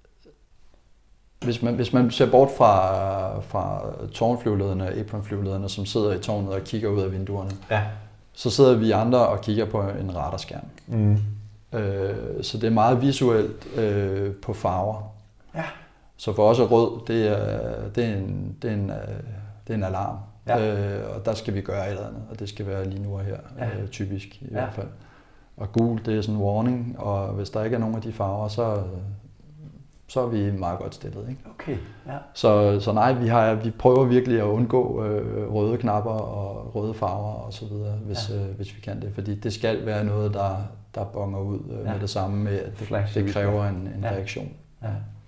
Hvis man, hvis man ser bort fra, fra tårnflyvelederne og apronflyvelederne, som sidder i tårnet og kigger ud af vinduerne, ja. Så sidder vi andre og kigger på en radarskærm. Mm. Øh, så det er meget visuelt øh, på farver. Ja. Så for os er rød, det er, det er, en, det er, en, det er en alarm. Ja. Øh, og der skal vi gøre et eller andet, og det skal være lige nu og her, ja. øh, typisk i ja. hvert fald. Og gul, det er sådan en warning, og hvis der ikke er nogen af de farver, så... så er vi meget godt stillet. Ikke? Okay, ja. Så, så nej, vi, har, vi prøver virkelig at undgå øh, røde knapper og røde farver og så videre, hvis, ja. øh, hvis vi kan det. Fordi det skal være noget, der, der bonger ud øh, ja. med det samme med, at det, det kræver en, en ja. reaktion. Ja.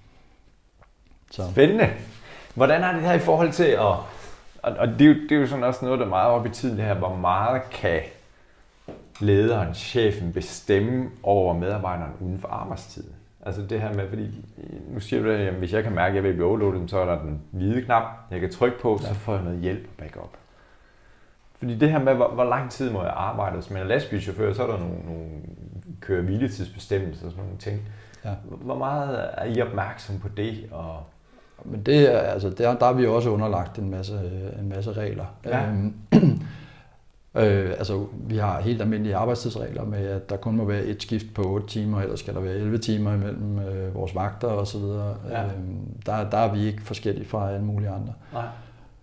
Så. Spændende. Hvordan er det her i forhold til at... Og, og det, er jo, det er jo sådan også noget, der er meget op i tiden, det her, hvor meget kan lederen, chefen bestemme over medarbejderen uden for arbejdstiden? Altså det her med, fordi nu siger du, at hvis jeg kan mærke, at jeg vil blive overloadet, så er der den hvide knap, jeg kan trykke på, så får jeg noget hjælp og backup. Fordi det her med, hvor, hvor lang tid må jeg arbejde, hvis man er lastbilchauffør, så er der nogle, nogle køre-hviletidsbestemmelser og sådan nogle ting. Ja. Hvor meget er I opmærksom på det? Og... Men det er, altså, der, der er vi også underlagt en masse, en masse regler. Ja. Øhm, Øh, altså, vi har helt almindelige arbejdstidsregler med, at der kun må være et skift på otte timer, ellers skal der være elleve timer imellem øh, vores vagter og så videre. Ja. Øh, der, der er vi ikke forskellige fra alle mulige andre. Nej.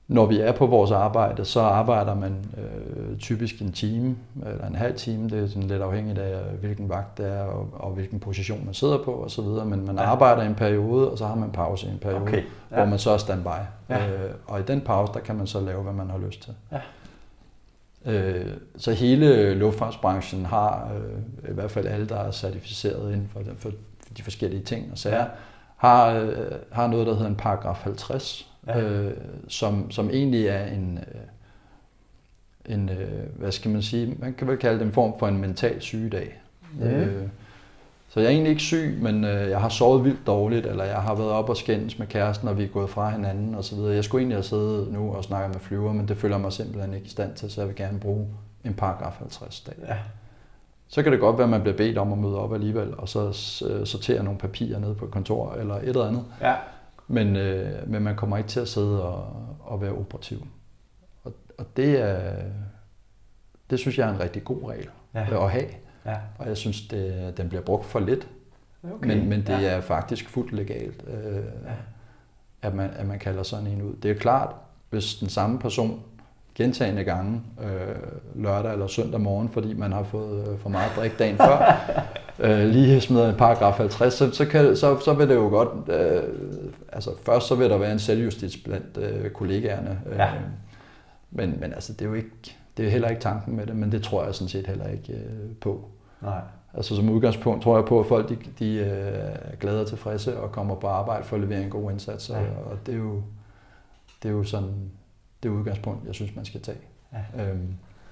Når vi er på vores arbejde, så arbejder man øh, typisk en time eller en halv time. Det er sådan lidt afhængigt af, hvilken vagt det er og, og hvilken position man sidder på osv. Men man ja. arbejder i en periode, og så har man pause i en periode, okay. ja. hvor man så er standby. Ja. Øh, og i den pause, der kan man så lave, hvad man har lyst til. Ja. Øh, så hele luftfartsbranchen har, øh, i hvert fald alle, der er certificeret inden for, for de forskellige ting og sager, ja. har, øh, har noget, der hedder en paragraf halvtreds. Ja. Øh, som, som egentlig er en, øh, en øh, hvad skal man sige, man kan vel kalde det en form for en mental sygedag. Mm. Øh, så jeg er egentlig ikke syg, men øh, jeg har sovet vildt dårligt, eller jeg har været op og skændes med kæresten, og vi er gået fra hinanden osv. Jeg skulle egentlig have siddet nu og snakket med flyver, men det føler mig simpelthen ikke i stand til, så jeg vil gerne bruge en paragraf halvtreds dag. Ja. Så kan det godt være, at man bliver bedt om at møde op alligevel, og så øh, sortere nogle papirer nede på et kontor, eller et eller andet. Ja. Men, øh, men man kommer ikke til at sidde og, og være operativ. Og, og det, er, det synes jeg er en rigtig god regel ja. at have. Ja. Og jeg synes, det, den bliver brugt for lidt. Okay. Men, men det ja. er faktisk fuldt legalt, øh, ja. at, man, at man kalder sådan en ud. Det er klart, hvis den samme person gentagne gange øh, lørdag eller søndag morgen, fordi man har fået øh, for meget drik dagen før, øh, lige smider en paragraf halvtreds, så, så, kan, så, så vil det jo godt, øh, altså først så vil der være en selvjustits blandt øh, kollegaerne, øh, ja. men, men altså det er jo ikke, det er heller ikke tanken med det, men det tror jeg sådan set heller ikke øh, på. Nej. Altså som udgangspunkt tror jeg på, at folk de, de øh, er glade og tilfredse og kommer på arbejde for at levere en god indsats, ja. og det er jo, det er jo sådan, det udgangspunkt, jeg synes, man skal tage. Ja. Øhm,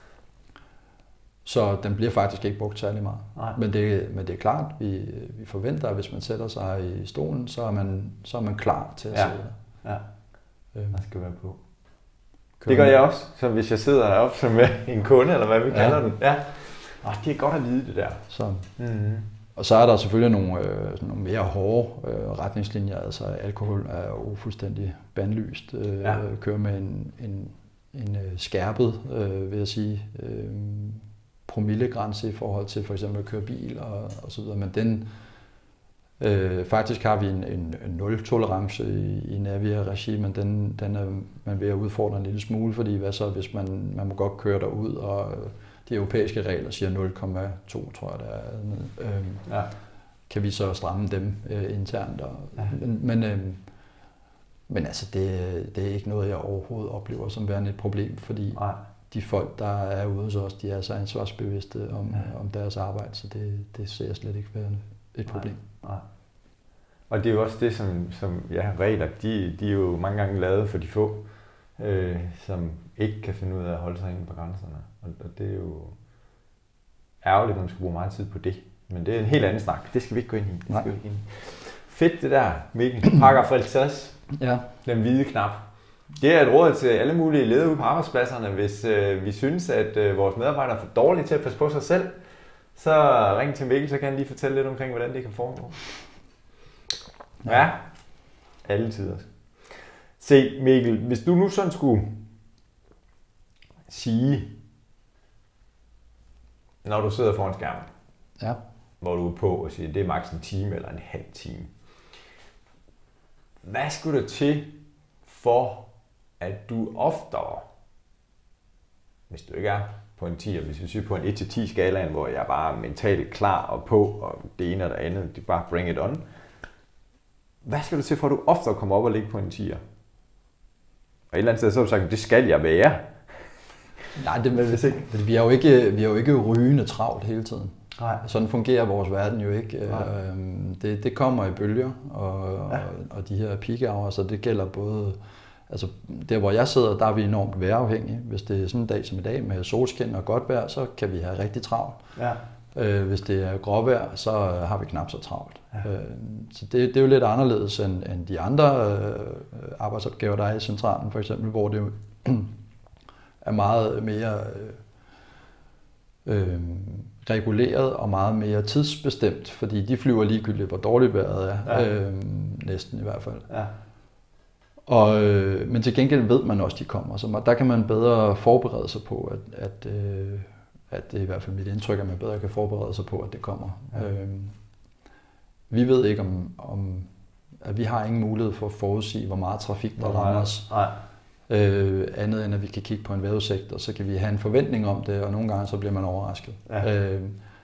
så den bliver faktisk ikke brugt særlig meget. Men det, men det er klart, vi, vi forventer, at hvis man sætter sig i stolen, så er man, så er man klar til at ja. sidde der. Ja, øhm. man skal være på. Køren. Det gør jeg også, så hvis jeg sidder heroppe som en kunde, eller hvad vi ja. kalder den. Ja. Oh, det er godt at vide det der. Så. Mm-hmm. Og så er der selvfølgelig nogle, øh, nogle mere hårde øh, retningslinjer, altså alkohol er jo fuldstændig bandlyst. Øh, ja. Kører med en, en, en skærpet, øh, vil jeg sige, øh, promillegrænse i forhold til for eksempel at køre bil og, og så videre. Men den, øh, faktisk har vi en, en, en nul-tolerance i, i Navia-regi, men den, den er man ved at udfordre en lille smule, fordi hvad så, hvis man, man må godt køre derud, og de europæiske regler siger nul komma to, tror jeg det er. Øhm, ja. Kan vi så stramme dem øh, internt? Og, ja. Men, men, øh, men altså, det, det er ikke noget, jeg overhovedet oplever som værende et problem, fordi Nej. de folk, der er ude hos os, de er så ansvarsbevidste om, ja. om deres arbejde, så det, det ser jeg slet ikke værende et problem. Nej. Nej. Og det er jo også det, som, som ja, regler, de, de er jo mange gange lavet for de få, øh, som ikke kan finde ud af at holde sig inde på grænserne. Og det er jo ærgerligt, at man skal bruge meget tid på det. Men det er en helt anden snak. Det skal vi ikke gå ind i. Det skal vi ikke ind i. Fedt det der, Mikkel. paragraf halvtreds. Ja. Den hvide knap. Det er et råd til alle mulige ledere ude på arbejdspladserne. Hvis øh, vi synes, at øh, vores medarbejdere er for dårlige til at passe på sig selv, så ring til Mikkel, så kan han lige fortælle lidt omkring, hvordan det kan foregå. Ja. Alle tider. Se, Mikkel, hvis du nu sådan skulle sige, når du sidder foran skærmen, ja. hvor du er på og siger, det er maks en time eller en halv time. Hvad skulle der til for, at du oftere, hvis du ikke er på en ti, hvis vi siger på en et til ti skalaen, hvor jeg bare er mentalt klar og på, og det ene og det andet, det er bare bring it on. Hvad skal der til for, at du oftere kommer op og ligger på en tier? Og et eller andet sted så har du sagt, det skal jeg være. Nej, det vil ikke. Vi er jo ikke, vi er jo ikke rygende travlt hele tiden. Nej. Sådan fungerer vores verden jo ikke. Det, det kommer i bølger, og, ja. og de her peak hours, så det gælder både, altså der hvor jeg sidder, der er vi enormt vejrafhængige. Hvis det er sådan en dag som i dag med solskin og godt vejr, så kan vi have rigtig travlt. Ja. Hvis det er gråvejr, så har vi knap så travlt. Ja. Så det, det er jo lidt anderledes end, end de andre arbejdsopgaver, der er i centralen for eksempel, hvor det jo er meget mere øh, øh, reguleret og meget mere tidsbestemt, fordi de flyver ligegyldigt, hvor dårligt vejret er, ja. øh, næsten i hvert fald. Ja. Og, øh, men til gengæld ved man også, at de kommer, så der kan man bedre forberede sig på, at, at, øh, at det er i hvert fald mit indtryk, at man bedre kan forberede sig på, at det kommer. Ja. Øh, vi ved ikke, om, om at vi har ingen mulighed for at forudsige, hvor meget trafik der rammer os. Nej. Øh, andet end at vi kan kigge på en vejrudsigt, og så kan vi have en forventning om det, og nogle gange så bliver man overrasket. Ja. Øh,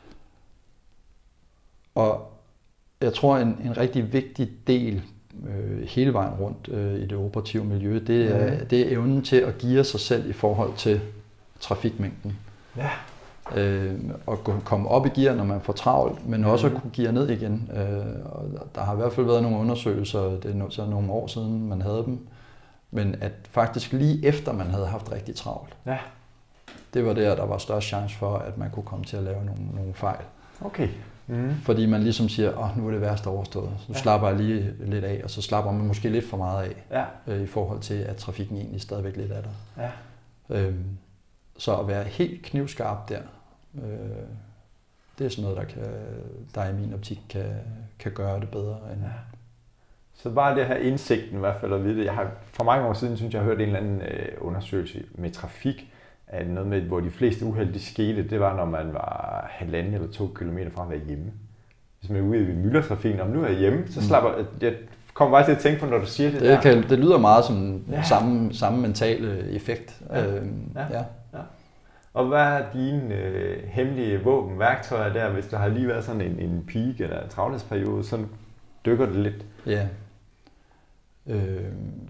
og jeg tror, en, en rigtig vigtig del øh, hele vejen rundt øh, i det operative miljø, det er, mm. det er evnen til at geare sig selv i forhold til trafikmængden. Ja. Øh, og komme op i gear, når man får travlt, men også mm. at kunne geare ned igen. Øh, og der har i hvert fald været nogle undersøgelser, det er så nogle år siden, man havde dem, men at faktisk lige efter man havde haft rigtig travlt, ja. Det var der, der var størst chance for, at man kunne komme til at lave nogle, nogle fejl. Okay. Mm. Fordi man ligesom siger, åh, nu er det værste overstået, så ja. slapper jeg lige lidt af, og så slapper man måske lidt for meget af, ja. øh, i forhold til, at trafikken egentlig stadigvæk lidt er der. Ja. Øhm, så at være helt knivskarp der, øh, det er sådan noget, der, kan, der i min optik kan, kan gøre det bedre. End... Ja. Så bare det her indsigten i hvert fald at vide. Jeg har for mange år siden, synes jeg, har hørt en eller anden øh, undersøgelse med trafik, at noget med, hvor de fleste uheld de skete, det var, når man var halvanden eller to kilometer fra at være hjemme. Hvis man er ude i myldretrafikken, om nu er jeg hjemme, så slapper jeg kommer bare til at tænke på, når du siger det, det der. Kan, det lyder meget som ja. samme, samme mentale effekt. Ja. Øhm, ja. Ja. Ja. Og hvad er dine øh, hemmelige våben, værktøjer der, hvis der har lige været sådan en, en peak eller en travlhedsperiode, så dykker det lidt? Ja. Øh,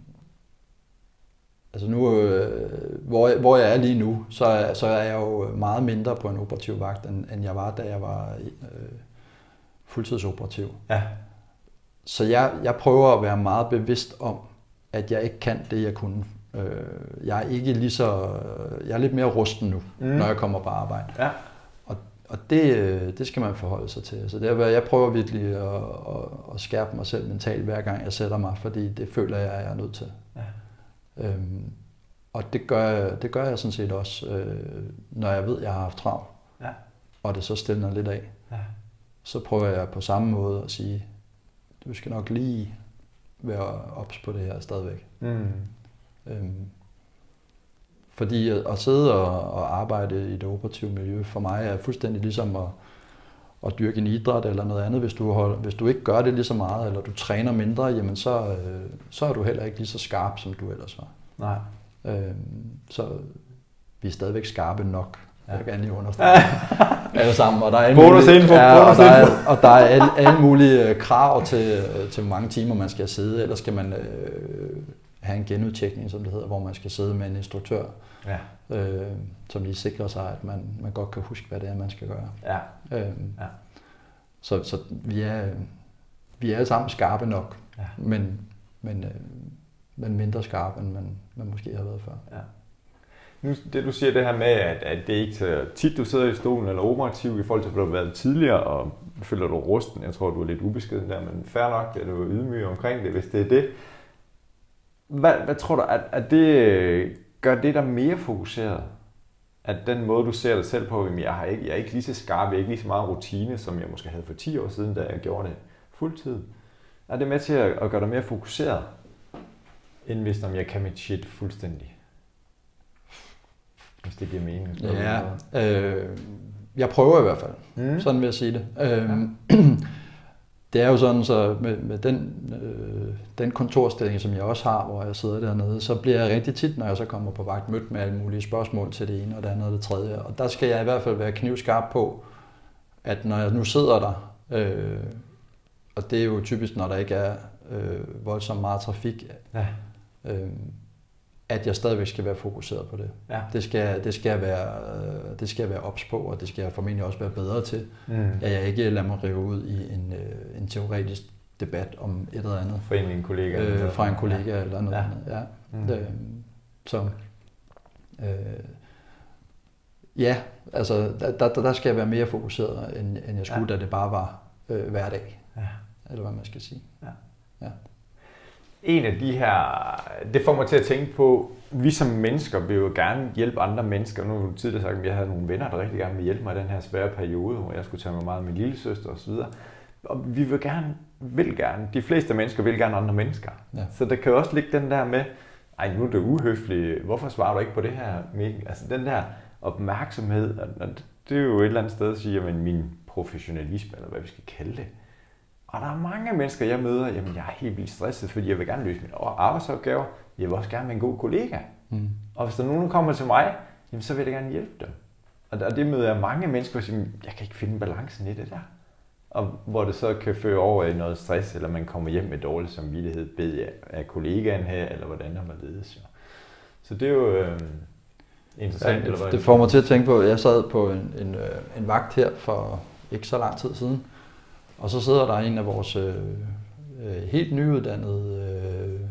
altså nu, øh, hvor, jeg, hvor jeg er lige nu, så er, så er jeg jo meget mindre på en operativ vagt, end, end jeg var, da jeg var øh, fuldtidsoperativ. Ja. Så jeg, jeg prøver at være meget bevidst om, at jeg ikke kan det, jeg kunne. Øh, jeg er ikke lige så, jeg er lidt mere rusten nu, mm. når jeg kommer på arbejde. Ja. Og, og det, det skal man forholde sig til. Så derfor, jeg prøver virkelig at, at, at skærpe mig selv mentalt, hver gang jeg sætter mig, fordi det føler jeg, at jeg er nødt til. Ja. Øhm, og det gør, det gør jeg sådan set også, øh, når jeg ved, at jeg har haft travlt, ja. Og det så stiller lidt af. Ja. Så prøver jeg på samme måde at sige, du skal nok lige være ops på det her stadigvæk. Mm. Øhm, fordi at, at sidde og, og arbejde i det operative miljø for mig er fuldstændig ligesom at, at dyrke en idræt eller noget andet. Hvis du, hold, hvis du ikke gør det lige så meget, eller du træner mindre, jamen så, øh, så er du heller ikke lige så skarp, som du ellers var. Nej. Øhm, så vi er stadigvæk skarpe nok. Jeg vil gerne lige understrege alle sammen. Og der er alle mulige, ja, og der er, og der er alle, alle mulige krav til, til hvor mange timer man skal sidde. Ellers skal man øh, have en genudtjekning, som det hedder, hvor man skal sidde med en instruktør, ja. øh, som lige sikrer sig, at man, man godt kan huske, hvad det er, man skal gøre. Ja. Øhm, ja. Så, så vi, er, vi er alle sammen skarpe nok, ja. men, men, øh, men mindre skarpe, end man, man måske har været før. Ja. Nu, det du siger det her med, at, at det er ikke så tit, du sidder i stolen eller operativ i forhold til, hvad du har været tidligere, og føler du rusten. Jeg tror, du er lidt ubeskeden der, men fair nok, at du er ydmyg omkring det, hvis det er det. Hvad, hvad tror du, at, at det gør det der mere fokuseret? At den måde, du ser dig selv på, at jeg, har ikke, jeg er ikke lige så skarp, jeg er ikke lige så meget rutine, som jeg måske havde for ti år siden, da jeg gjorde det fuldtid. Er det med til at, at gøre dig mere fokuseret, end hvis jeg kan mit shit fuldstændig? Hvis det giver mening. Ja, øh, jeg prøver i hvert fald. Mm. Sådan vil jeg sige det. Øh, ja. Det er jo sådan, så med, med den, øh, den kontorstilling, som jeg også har, hvor jeg sidder dernede, så bliver jeg rigtig tit, når jeg så kommer på vagt, mødt med alle mulige spørgsmål til det ene og det andet og det tredje. Og der skal jeg i hvert fald være knivskarp på, at når jeg nu sidder der, øh, og det er jo typisk, når der ikke er øh, voldsomt meget trafik, ja. øh, at jeg stadigvæk skal være fokuseret på det. Ja. Det skal, det skal jeg være, det skal jeg være ops på, og det skal jeg formentlig også være bedre til. Mm. At jeg ikke lader mig rive ud i en, en teoretisk debat om et eller andet. Fra en kollega. Øh, fra en kollega ja. eller noget ja. andet. Ja. Mm. Det, så, øh, ja, altså der, der, der skal jeg være mere fokuseret, end, end jeg skulle, ja. da det bare var øh, hverdag. Ja. Eller hvad man skal sige. Ja. Ja. En af de her, det får mig til at tænke på, vi som mennesker vil jo gerne hjælpe andre mennesker. Nu har jeg tidligere sagt, at jeg havde nogle venner, der rigtig gerne ville hjælpe mig i den her svære periode, hvor jeg skulle tage mig meget af min lillesøster osv. Og vi vil gerne, vil gerne, de fleste mennesker vil gerne andre mennesker. Ja. Så der kan jo også ligge den der med, ej nu er det uhøfligt, hvorfor svarer du ikke på det her? Altså den der opmærksomhed, og det er jo et eller andet sted at sige, at min professionalisme, eller hvad vi skal kalde det. Og der er mange mennesker, jeg møder, jamen jeg er helt vildt stresset, fordi jeg vil gerne løse mine arbejdsopgaver. jeg vil også gerne være en god kollega. Mm. Og hvis der er nogen, der kommer til mig, jamen, så vil jeg gerne hjælpe dem. Og det møder jeg mange mennesker, som siger, jeg kan ikke finde balancen i det der. Og hvor det så kan føre over i noget stress, eller man kommer hjem med dårlig samvittighed, bed jeg af kollegaen her, eller hvordan har man ledes. Så det er jo øh, interessant. Ja, det, det får mig til at tænke på, at jeg sad på en, en, en vagt her for ikke så lang tid siden, og så sidder der en af vores øh, helt nyuddannede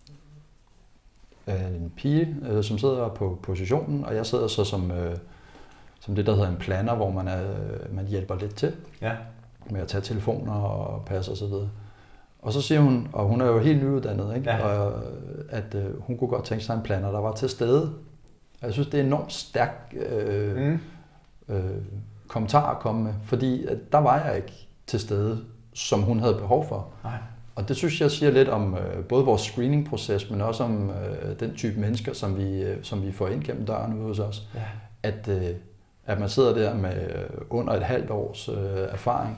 øh, en pige, øh, som sidder på positionen, og jeg sidder så som, øh, som det, der hedder en planner, hvor man, er, man hjælper lidt til. Ja. Med at tage telefoner og passe og så videre. Og så siger hun, og hun er jo helt nyuddannet, ikke? Ja. Og, at øh, hun kunne godt tænke sig en planner, der var til stede. Og jeg synes, det er enormt stærk øh, mm. øh, kommentar at komme med, fordi at der var jeg ikke til stede, som hun havde behov for. Nej. Og det synes jeg siger lidt om øh, både vores screeningproces, men også om øh, den type mennesker, som vi, øh, som vi får ind gennem døren ude hos os. Ja. At, øh, at man sidder der med øh, under et halvt års øh, erfaring,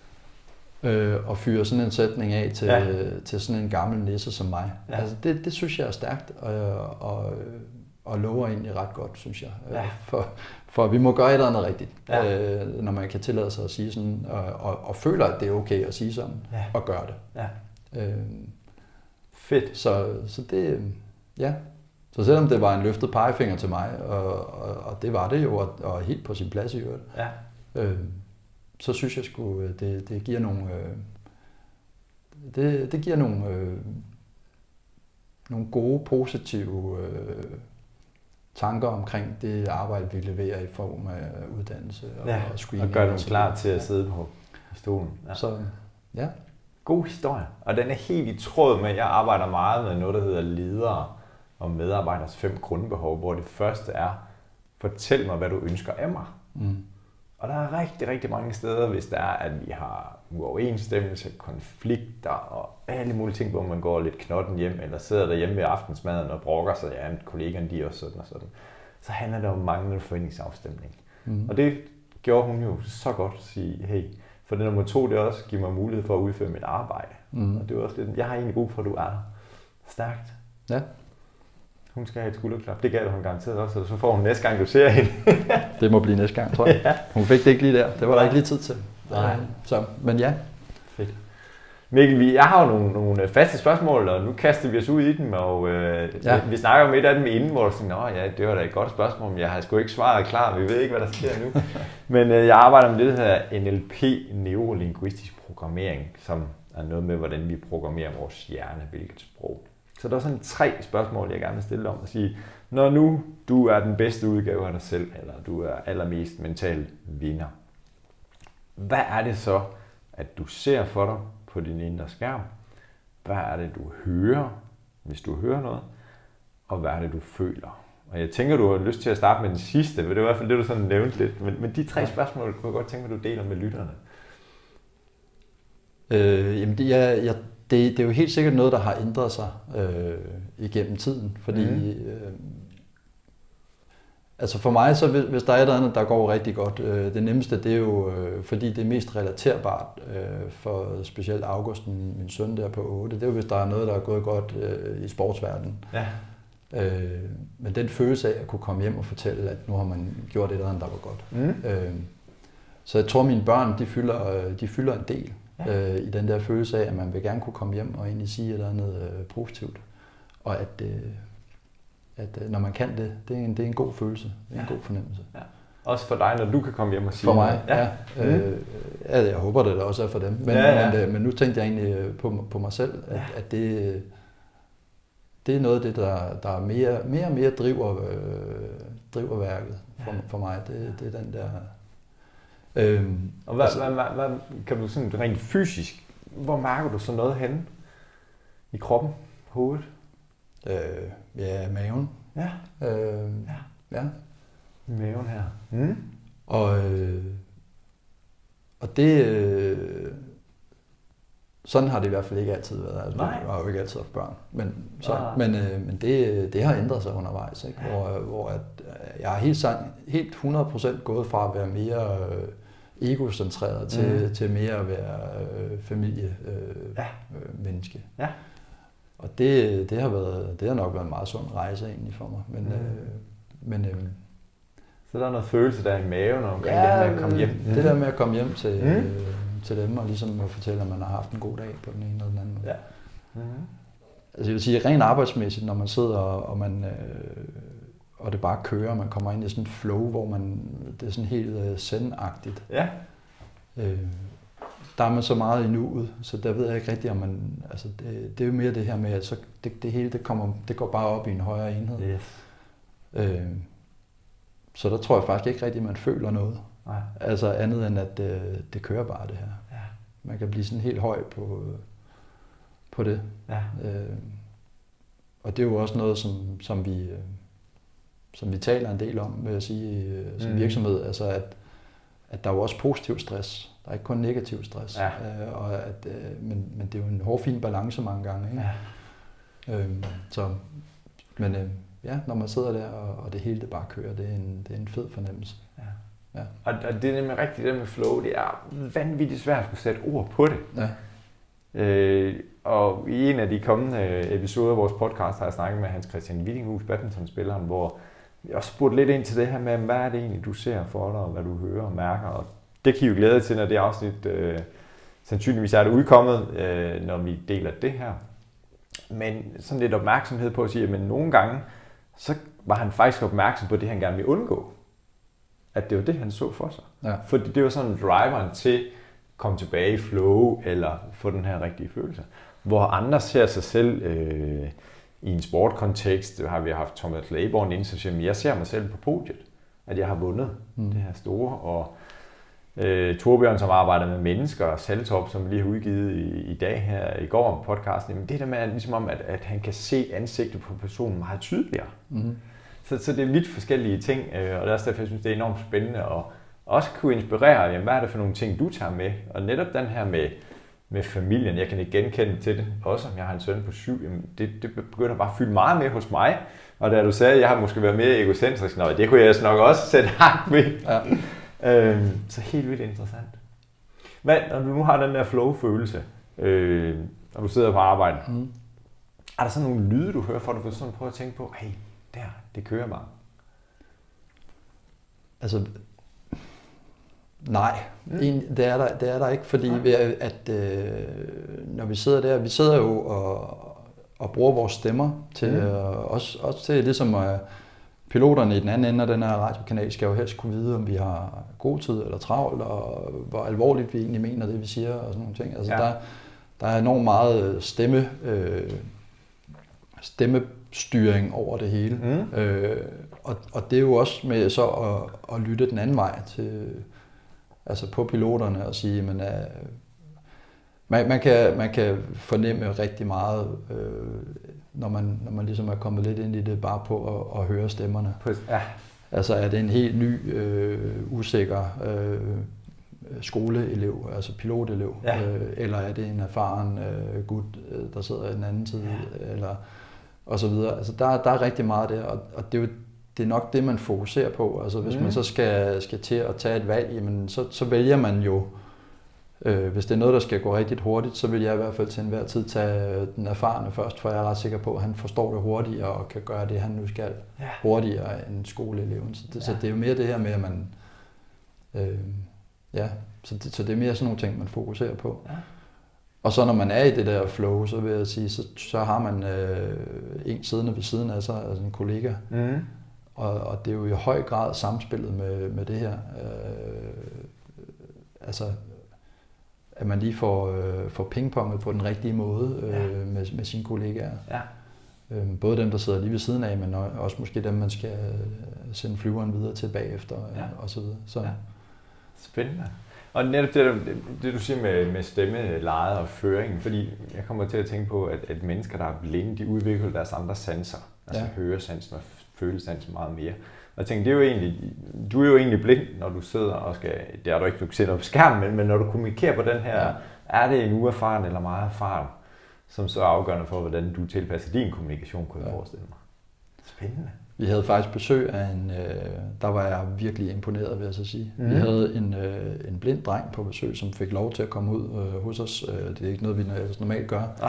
Øh, og fyre sådan en sætning af til, ja. til sådan en gammel nisse som mig. Ja. Altså det, det synes jeg er stærkt, og, og, og lover egentlig ret godt, synes jeg. Ja. For, for vi må gøre et eller andet rigtigt, ja. øh, når man kan tillade sig at sige sådan, og, og, og føler, at det er okay at sige sådan, ja. Og gøre det. Ja. Øh, Fedt. Så, så det, ja. Så selvom det var en løftet pegefinger til mig, og, og, og det var det jo, og, og helt på sin plads i øvrigt, ja. øh, så synes jeg sgu, det, det giver nogle, øh, det, det giver nogle, øh, nogle gode, positive øh, tanker omkring det arbejde, vi leverer i form af uddannelse og, ja, og screening. Og gør dem klar til at sidde på stolen. Ja. Så, ja. God historie. Og den er helt i tråd med, at jeg arbejder meget med noget, der hedder ledere og medarbejders fem grundbehov, hvor det første er, fortæl mig, hvad du ønsker af mig. Mm. Og der er rigtig, rigtig mange steder, hvis der er, at vi har uoverensstemmelse, konflikter og alle mulige ting, hvor man går lidt knotten hjem, eller sidder derhjemme ved aftensmaden og brokker sig, ja, kollegerne de er også sådan og sådan. Så handler det om manglende forventningsafstemning. Mm. Og det gjorde hun jo så godt at sige, hey, for det nummer to, det også giver mig mulighed for at udføre mit arbejde. Mm. Og det er også lidt, jeg har egentlig brug for, at du er der. Stærkt. Ja. Hun skal have et skulderklap. Det gav hun garanteret også, og så får hun næste gang, du ser hende. Det må blive næste gang, tror jeg. Ja. Hun fik det ikke lige der. Det var der ikke lige tid til. Nej. Så, men ja. Fedt. Mikkel, jeg har jo nogle, nogle faste spørgsmål, og nu kaster vi os ud i dem, og øh, ja. vi, vi snakker om et af dem inden, hvor du siger, nå ja, det var da et godt spørgsmål, men jeg har sgu ikke svaret klar, vi ved ikke, hvad der sker nu. Men øh, jeg arbejder med det her N L P, neurolinguistisk programmering, som er noget med, hvordan vi programmerer vores hjerne, hvilket sprog. Så der er sådan tre spørgsmål, jeg gerne vil stille om at sige, når nu du er den bedste udgave af dig selv, eller du er allermest mental vinder, hvad er det så, at du ser for dig på din indre skærm? Hvad er det, du hører, hvis du hører noget? Og hvad er det, du føler? Og jeg tænker, du har lyst til at starte med den sidste, for det er i hvert fald det, du sådan nævnte lidt. Men, men de tre spørgsmål kunne jeg godt tænke, at du deler med lytterne. Øh, jamen, det, jeg, jeg Det, det er jo helt sikkert noget, der har ændret sig øh, igennem tiden, fordi mm. øh, altså for mig, så hvis, hvis der er et eller andet, der går rigtig godt, øh, det nemmeste, det er jo, øh, fordi det er mest relaterbart øh, for specielt August, min, min søn der på otte, det er jo, hvis der er noget, der er gået godt øh, i sportsverdenen. Ja. Øh, men den følelse af at kunne komme hjem og fortælle, at nu har man gjort et eller andet, der var godt. Mm. Øh, så jeg tror, mine børn, de fylder, de fylder en del. Ja. Øh, i den der følelse af, at man vil gerne kunne komme hjem og egentlig sige et eller andet øh, positivt. Og at, øh, at øh, når man kan det, det er en, det er en god følelse, det er en ja. god fornemmelse. Ja. Også for dig, når du kan komme hjem og sige for mig, ja. ja. Mm. Øh, ja jeg håber det også er for dem. Men, ja, ja. Men, øh, men nu tænkte jeg egentlig på, på mig selv, at, ja. at det, det er noget af det, der, der er mere, mere og mere driver, øh, driver værket for, ja. for mig. Det, det er den der... Øhm, og hvad, altså, hvad, hvad, hvad kan du sådan rent fysisk, hvor mærker du så noget henne i kroppen, hovedet? Øh, ja, maven. Ja. Øh, ja. ja. Maven her. Mm. Og, øh, og det, øh, sådan har det i hvert fald ikke altid været. Altså, jeg har jo ikke altid haft børn, men, så, ah. men, øh, men det, det har ændret sig undervejs, ikke? Ja. Hvor, hvor at, jeg har helt, helt hundrede procent gået fra at være mere øh, egocentreret mm. til, til mere at være øh, familie, øh, ja. øh, menneske. Ja. og det, det, har været, det har nok været en meget sund rejse egentlig for mig. Men, mm. øh, men, øh, så der er noget følelse der i maven omkring ja, det med at komme hjem? Mm. Det der med at komme hjem til, mm. øh, til dem og ligesom at fortælle, at man har haft en god dag på den ene eller den anden måde. Ja. Mm. Altså jeg vil sige, rent arbejdsmæssigt, når man sidder og man... Øh, og det bare kører, og man kommer ind i sådan en flow, hvor man, det er sådan helt uh, zen-agtigt. Ja. Øh, der er man så meget i nuet, så der ved jeg ikke rigtigt, om man, altså det, det er jo mere det her med, at så det, det hele, det, kommer, det går bare op i en højere enhed. Yes. Øh, så der tror jeg faktisk ikke rigtigt, at man føler noget. Nej. Altså andet end, at det, det kører bare det her. Ja. Man kan blive sådan helt høj på, på det. Ja. Øh, og det er jo også noget, som, som vi... som vi taler en del om, vil jeg sige, som mm. virksomhed, altså at, at der er jo også positiv stress. Der er ikke kun negativ stress. Ja. Øh, og at, øh, men, men det er jo en hård, fin balance mange gange. Ikke? Ja. Øhm, så, men øh, ja, når man sidder der, og, og det hele det bare kører, det er en, det er en fed fornemmelse. Ja. Ja. Og, og det er nemlig rigtigt, det med flow, det er vanvittigt svært at skulle sætte ord på det. Ja. Øh, og i en af de kommende episoder af vores podcast har jeg snakket med Hans Christian Wittinghus, badmintonspilleren, hvor jeg også spurgte lidt ind til det her med, hvad er det egentlig, du ser for dig, og hvad du hører og mærker. Og det kan I jo glæde til, når det afsnit øh, sandsynligvis er det udkommet, øh, når vi deler det her. Men sådan lidt opmærksomhed på at sige, at nogle gange, så var han faktisk opmærksom på det, han gerne ville undgå. At det var det, han så for sig. Ja. Fordi det var sådan driveren til at komme tilbage i flow, eller få den her rigtige følelse. Hvor andre ser sig selv... Øh, i en sportkontekst har vi haft Thomas Laborn ind, så siger jeg, jeg ser mig selv på podiet, at jeg har vundet mm. det her store. Og øh, Torbjørn, som arbejder med mennesker, og Saltop, som vi lige har udgivet i, i dag her i går om podcasten, jamen det der med, ligesom om, at, at han kan se ansigtet på personen meget tydeligere. Mm. Så, så det er vidt forskellige ting, og det er også derfor, jeg synes, det er enormt spændende, og også kunne inspirere, jamen, hvad er det for nogle ting, du tager med? Og netop den her med med familien. Jeg kan ikke genkende til det. Også om jeg har en søn på syv, jamen det, det begynder bare at fylde meget med hos mig. Og da du sagde, at jeg har måske været mere egocentrisk, nå, det kunne jeg nok også sætte hak ved. Ja. Øhm, så helt vildt interessant. Men når du nu har den der flow-følelse, øh, når du sidder på arbejde, mm. er der sådan nogle lyde, du hører, for at du kan sådan prøve at tænke på, hey, der, det kører bare? Altså... Nej, mm. det, er der, det er der ikke, fordi vi, at øh, når vi sidder der, vi sidder jo og, og bruger vores stemmer til, mm. øh, også, også til ligesom øh, piloterne i den anden ende af den her radiokanal skal jo helst kunne vide, om vi har god tid eller travlt, og hvor alvorligt vi egentlig mener det, vi siger og sådan nogle ting. Altså ja. der, der er enormt meget stemme, øh, stemmestyring over det hele, mm. øh, og, og det er jo også med så at, at lytte den anden vej til altså på piloterne og sige, men uh, man, man, kan, man kan fornemme rigtig meget, øh, når, man, når man ligesom er kommet lidt ind i det, bare på at, at høre stemmerne. Ja. Altså er det en helt ny, øh, usikker øh, skoleelev, altså pilotelev, ja. øh, eller er det en erfaren øh, gut, der sidder i den anden side, ja. eller og så videre. Altså der, der er rigtig meget der, og, og det er jo det er nok det, man fokuserer på. Altså hvis mm. man så skal, skal til at tage et valg, jamen, så, så vælger man jo, øh, hvis det er noget, der skal gå rigtig hurtigt, så vil jeg i hvert fald til enhver tid tage den erfarne først, for jeg er ret sikker på, at han forstår det hurtigere og kan gøre det, han nu skal ja. hurtigere end skoleeleven. Så det, ja. så det er jo mere det her med, at man... Øh, ja, så det, så det er mere sådan nogle ting, man fokuserer på. Ja. Og så når man er i det der flow, så vil jeg sige, så, så har man øh, en siddende ved siden af sig, altså en kollega. Mm. Og, og det er jo i høj grad samspillet med, med det her. Øh, altså, at man lige får, øh, får pingponget på den rigtige måde øh, ja. med, med sine kollegaer. Ja. Øh, både dem, der sidder lige ved siden af, men også måske dem, man skal sende flyveren videre til bagefter ja. og så videre. Så. Ja. Spændende. Og netop det, det, det du siger med, med stemmelejet og føringen, fordi jeg kommer til at tænke på, at, at mennesker, der er blinde, de udvikler deres andre sanser. Altså ja. høresansen og følesansen meget mere. Og jeg tænker, det er jo egentlig, du er jo egentlig blind, når du sidder og skal, det er du ikke, du sætter på skærmen, men, men når du kommunikerer på den her, ja. er det en uerfaren eller meget erfaren, som så er afgørende for, hvordan du tilpasser din kommunikation, kunne jeg ja. forestille mig. Spændende. Vi havde faktisk besøg af en, øh, der var jeg virkelig imponeret, vil jeg så sige. Mm. Vi havde en, øh, en blind dreng på besøg, som fik lov til at komme ud øh, hos os. Det er ikke noget, vi normalt gør. Nej.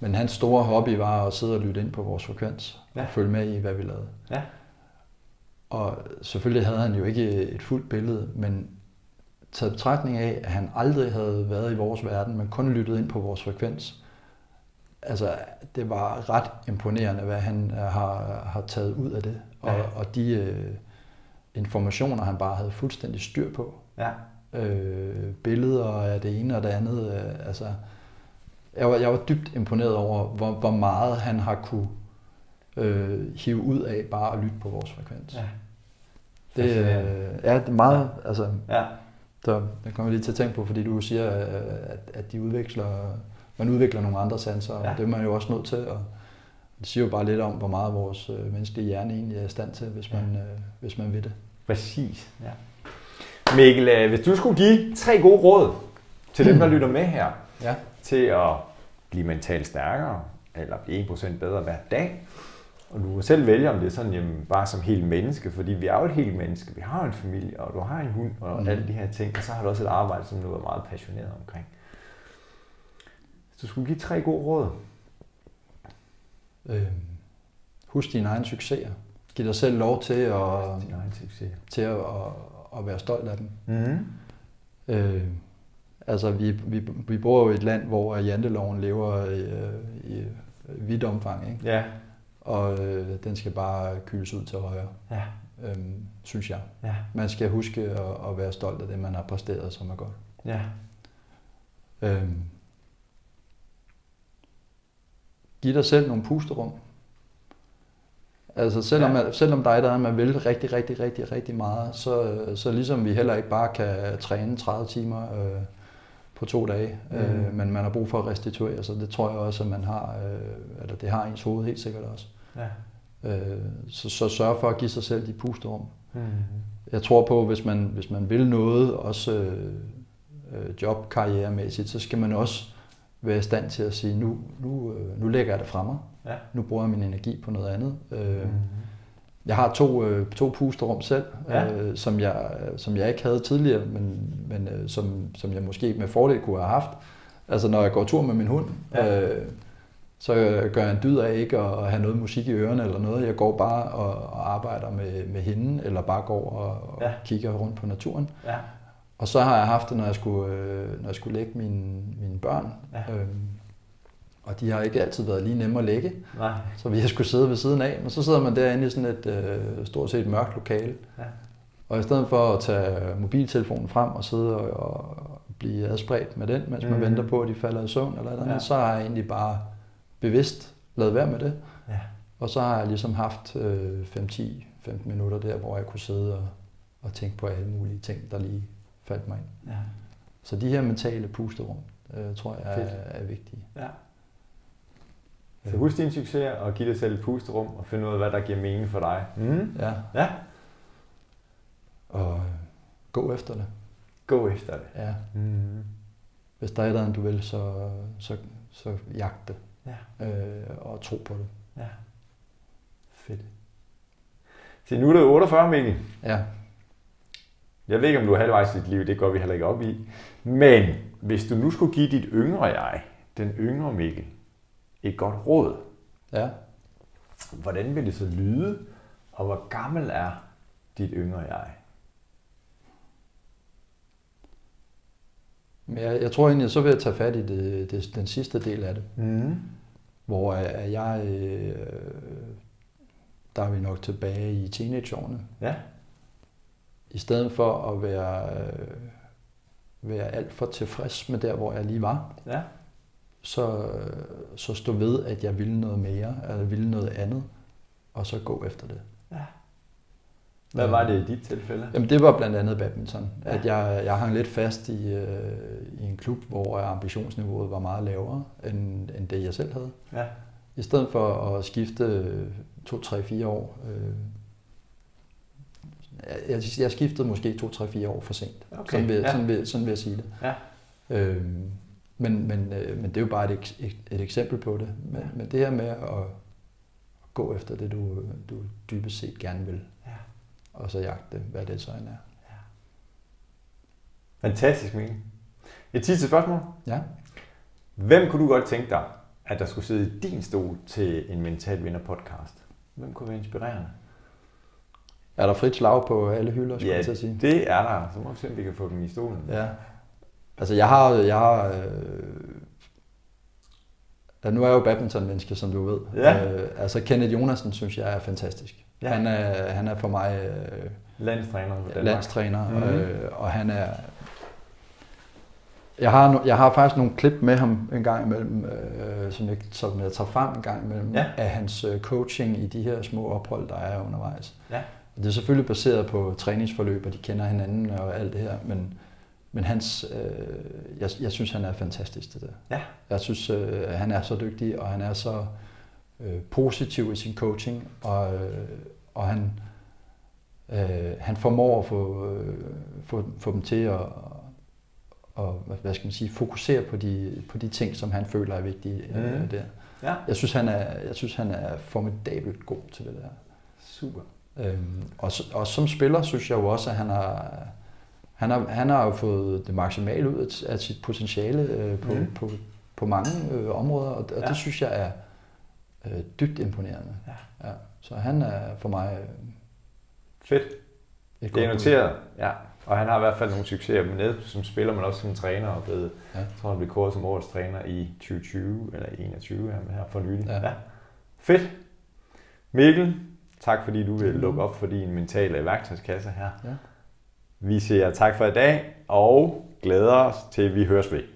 Men hans store hobby var at sidde og lytte ind på vores frekvens ja. og følge med i, hvad vi lavede. Ja. Og selvfølgelig havde han jo ikke et fuldt billede, men taget betragtning af, at han aldrig havde været i vores verden, men kun lyttet ind på vores frekvens. Altså, det var ret imponerende, hvad han har, har taget ud af det. Og, ja. og de øh, informationer, han bare havde fuldstændig styr på. Ja. Øh, billeder af det ene og det andet. Øh, altså, jeg var, jeg var dybt imponeret over, hvor, hvor meget han har kunne øh, hive ud af bare at lytte på vores frekvens. Ja. Det, øh, ja, det er meget, ja. altså, ja. så jeg kommer lige til at tænke på, fordi du siger, at, at de udvikler, man udvikler nogle andre sanser, og ja. det er man jo også nødt til, og det siger jo bare lidt om, hvor meget vores øh, menneskelige hjerne egentlig er i stand til, hvis man, øh, hvis man vil det. Præcis, ja. Mikkel, hvis du skulle give tre gode råd til dem, der lytter med her, ja. til at blive mentalt stærkere, eller blive en procent bedre hver dag, og du må selv vælge, om det er sådan, jamen, bare som helt menneske, fordi vi er jo et helt menneske. Vi har en familie, og du har en hund, og mm. alle de her ting, og så har du også et arbejde, som du er meget passioneret omkring. Hvis du skulle give tre gode råd. Øh, husk dine egne succeser. Giv dig selv lov til at, til at, at, at være stolt af dem. Mm. Øh, altså, vi, vi, vi bor jo i et land, hvor janteloven lever i, i vidt omfang, ikke? Ja. Og øh, den skal bare kyldes ud til højre, ja. øhm, synes jeg. Ja. Man skal huske at, at være stolt af det, man har præsteret, som er godt. Ja. Øhm, giv dig selv nogle pusterum. Altså selvom, ja. man, selvom dig der man vil rigtig, rigtig, rigtig, rigtig meget, så, så ligesom vi heller ikke bare kan træne tredive timer øh, på to dage, mm. øh, men man har brug for at restituere, så det tror jeg også, at man har, øh, eller det har ens hoved helt sikkert også. Ja. Øh, så, så sørg for at give sig selv de pusterum. Mm. Jeg tror på, hvis man, hvis man vil noget, også øh, job, karrieremæssigt, så skal man også være i stand til at sige, nu, nu, nu lægger jeg det fra mig. Ja. Nu bruger jeg min energi på noget andet. Øh, mm. Jeg har to, øh, to pusterum selv, ja. øh, som, jeg, som jeg ikke havde tidligere, men, men øh, som, som jeg måske med fordel kunne have haft. Altså når jeg går tur med min hund, ja. øh, så gør jeg en dyd af ikke at have noget musik i ørerne eller noget. Jeg går bare og, og arbejder med, med hende, eller bare går og, og ja. kigger rundt på naturen. Ja. Og så har jeg haft det, når jeg skulle, øh, når jeg skulle lægge mine, mine børn. Ja. Øhm, og de har ikke altid været lige nemme at lægge. Nej. Så vi har skulle sidde ved siden af. Men så sidder man derinde i sådan et øh, stort set mørkt lokale. Ja. Og i stedet for at tage mobiltelefonen frem og sidde og, og blive adspredt med den, mens man mm. venter på, at de falder i søvn eller noget, ja. så har jeg egentlig bare bevidst lavet være med det. Ja. Og så har jeg ligesom haft øh, fem til femten minutter der, hvor jeg kunne sidde og, og tænke på alle mulige ting, der lige faldt mig ind. Ja. Så de her mentale pusterum, øh, tror jeg er, er vigtige. Ja. Så husk din succes og giv dig selv et pusterum og finde ud af, hvad der giver mening for dig. Mm. Ja. Ja. Og gå efter det. Gå efter det. Ja. Mm. Hvis der er et andet, du vil, så, så, så jagt det. Ja. Øh, og tro på det. Ja. Fedt. Så nu er det otteogfyrre, Mikkel. Ja. Jeg ved ikke, om du er halvvejs i dit liv, det går vi heller ikke op i. Men hvis du nu skulle give dit yngre jeg, den yngre Mikkel, et godt råd, ja. hvordan vil det så lyde, og hvor gammel er dit yngre jeg? Jeg, jeg tror egentlig, så vil jeg tage fat i det, det, den sidste del af det. Mm. Hvor jeg, øh, der er vi nok tilbage i teenageårene. Ja. I stedet for at være, øh, være alt for tilfreds med der, hvor jeg lige var, ja. så, så stå ved, at jeg ville noget mere, eller ville noget andet, og så gå efter det. Ja. Hvad var det i dit tilfælde? Jamen det var blandt andet badminton. Ja. At jeg, jeg hang lidt fast i, øh, i en klub, hvor ambitionsniveauet var meget lavere, end, end det jeg selv havde. Ja. I stedet for at skifte to, tre, fire år, øh, Jeg, jeg skiftede måske to, tre, fire år for sent. Okay. Sådan, vil, ja. sådan, vil, sådan vil jeg sige det. Ja. Øhm, men, men, øh, men det er jo bare et, et, et eksempel på det. Men, ja. men det her med at, at gå efter det, du, du dybest set gerne vil. Ja. Og så jagte, hvad det så end er. Ja. Fantastisk, Mikkel. Et sidste spørgsmål. Ja. Hvem kunne du godt tænke dig, at der skulle sidde i din stol til en Mental Vinder podcast? Hvem kunne være inspirerende? Er der frit slag på alle hylder, skulle ja, jeg til at sige? det er der. Så må vi se, om vi kan få dem i stolen. Ja. Altså, jeg har... Jeg har øh... ja, nu er jeg jo badmintonmenneske, som du ved. Ja. Øh, altså, Kenneth Jonassen synes jeg er fantastisk. Ja. Han, er, han er for mig... Øh... Landstræner. Landstræner. Mm-hmm. Øh, og han er... Jeg har, no, jeg har faktisk nogle klip med ham en gang imellem, øh, som, jeg, som jeg tager frem en gang imellem, ja. af hans øh, coaching i de her små ophold, der er undervejs. Ja. Og det er selvfølgelig baseret på træningsforløb, og de kender hinanden og alt det her, men, men hans, øh, jeg, jeg synes, han er fantastisk, det der. Ja. Jeg synes, øh, han er så dygtig, og han er så øh, positiv i sin coaching, og, øh, og han, øh, han formår at få, øh, få, få dem til at og hvad skal man sige, fokusere på de, på de ting, som han føler er vigtige mm. øh, der. Ja. Jeg synes, han er, jeg synes, han er formidabelt god til det der. Super. Øhm, og, og som spiller, synes jeg jo også, at han har, han har, han har jo fået det maksimale ud af, af sit potentiale øh, på, mm. på, på mange øh, områder, og, og ja. det synes jeg er øh, dybt imponerende. Ja. Ja. Så han er for mig... Øh, Fedt. Det er noteret, ja. Og han har i hvert fald nogle succeser med ned, som spiller, men også som træner, og blevet, ja. jeg tror, han blev kåret som årets træner i tyve tyve eller enogtyve her for nylig. Ja. Ja. Fedt. Mikkel, tak fordi du vil lukke op for din mentale værktøjskasse her. Ja. Vi siger tak for i dag, og glæder os til, at vi høres ved.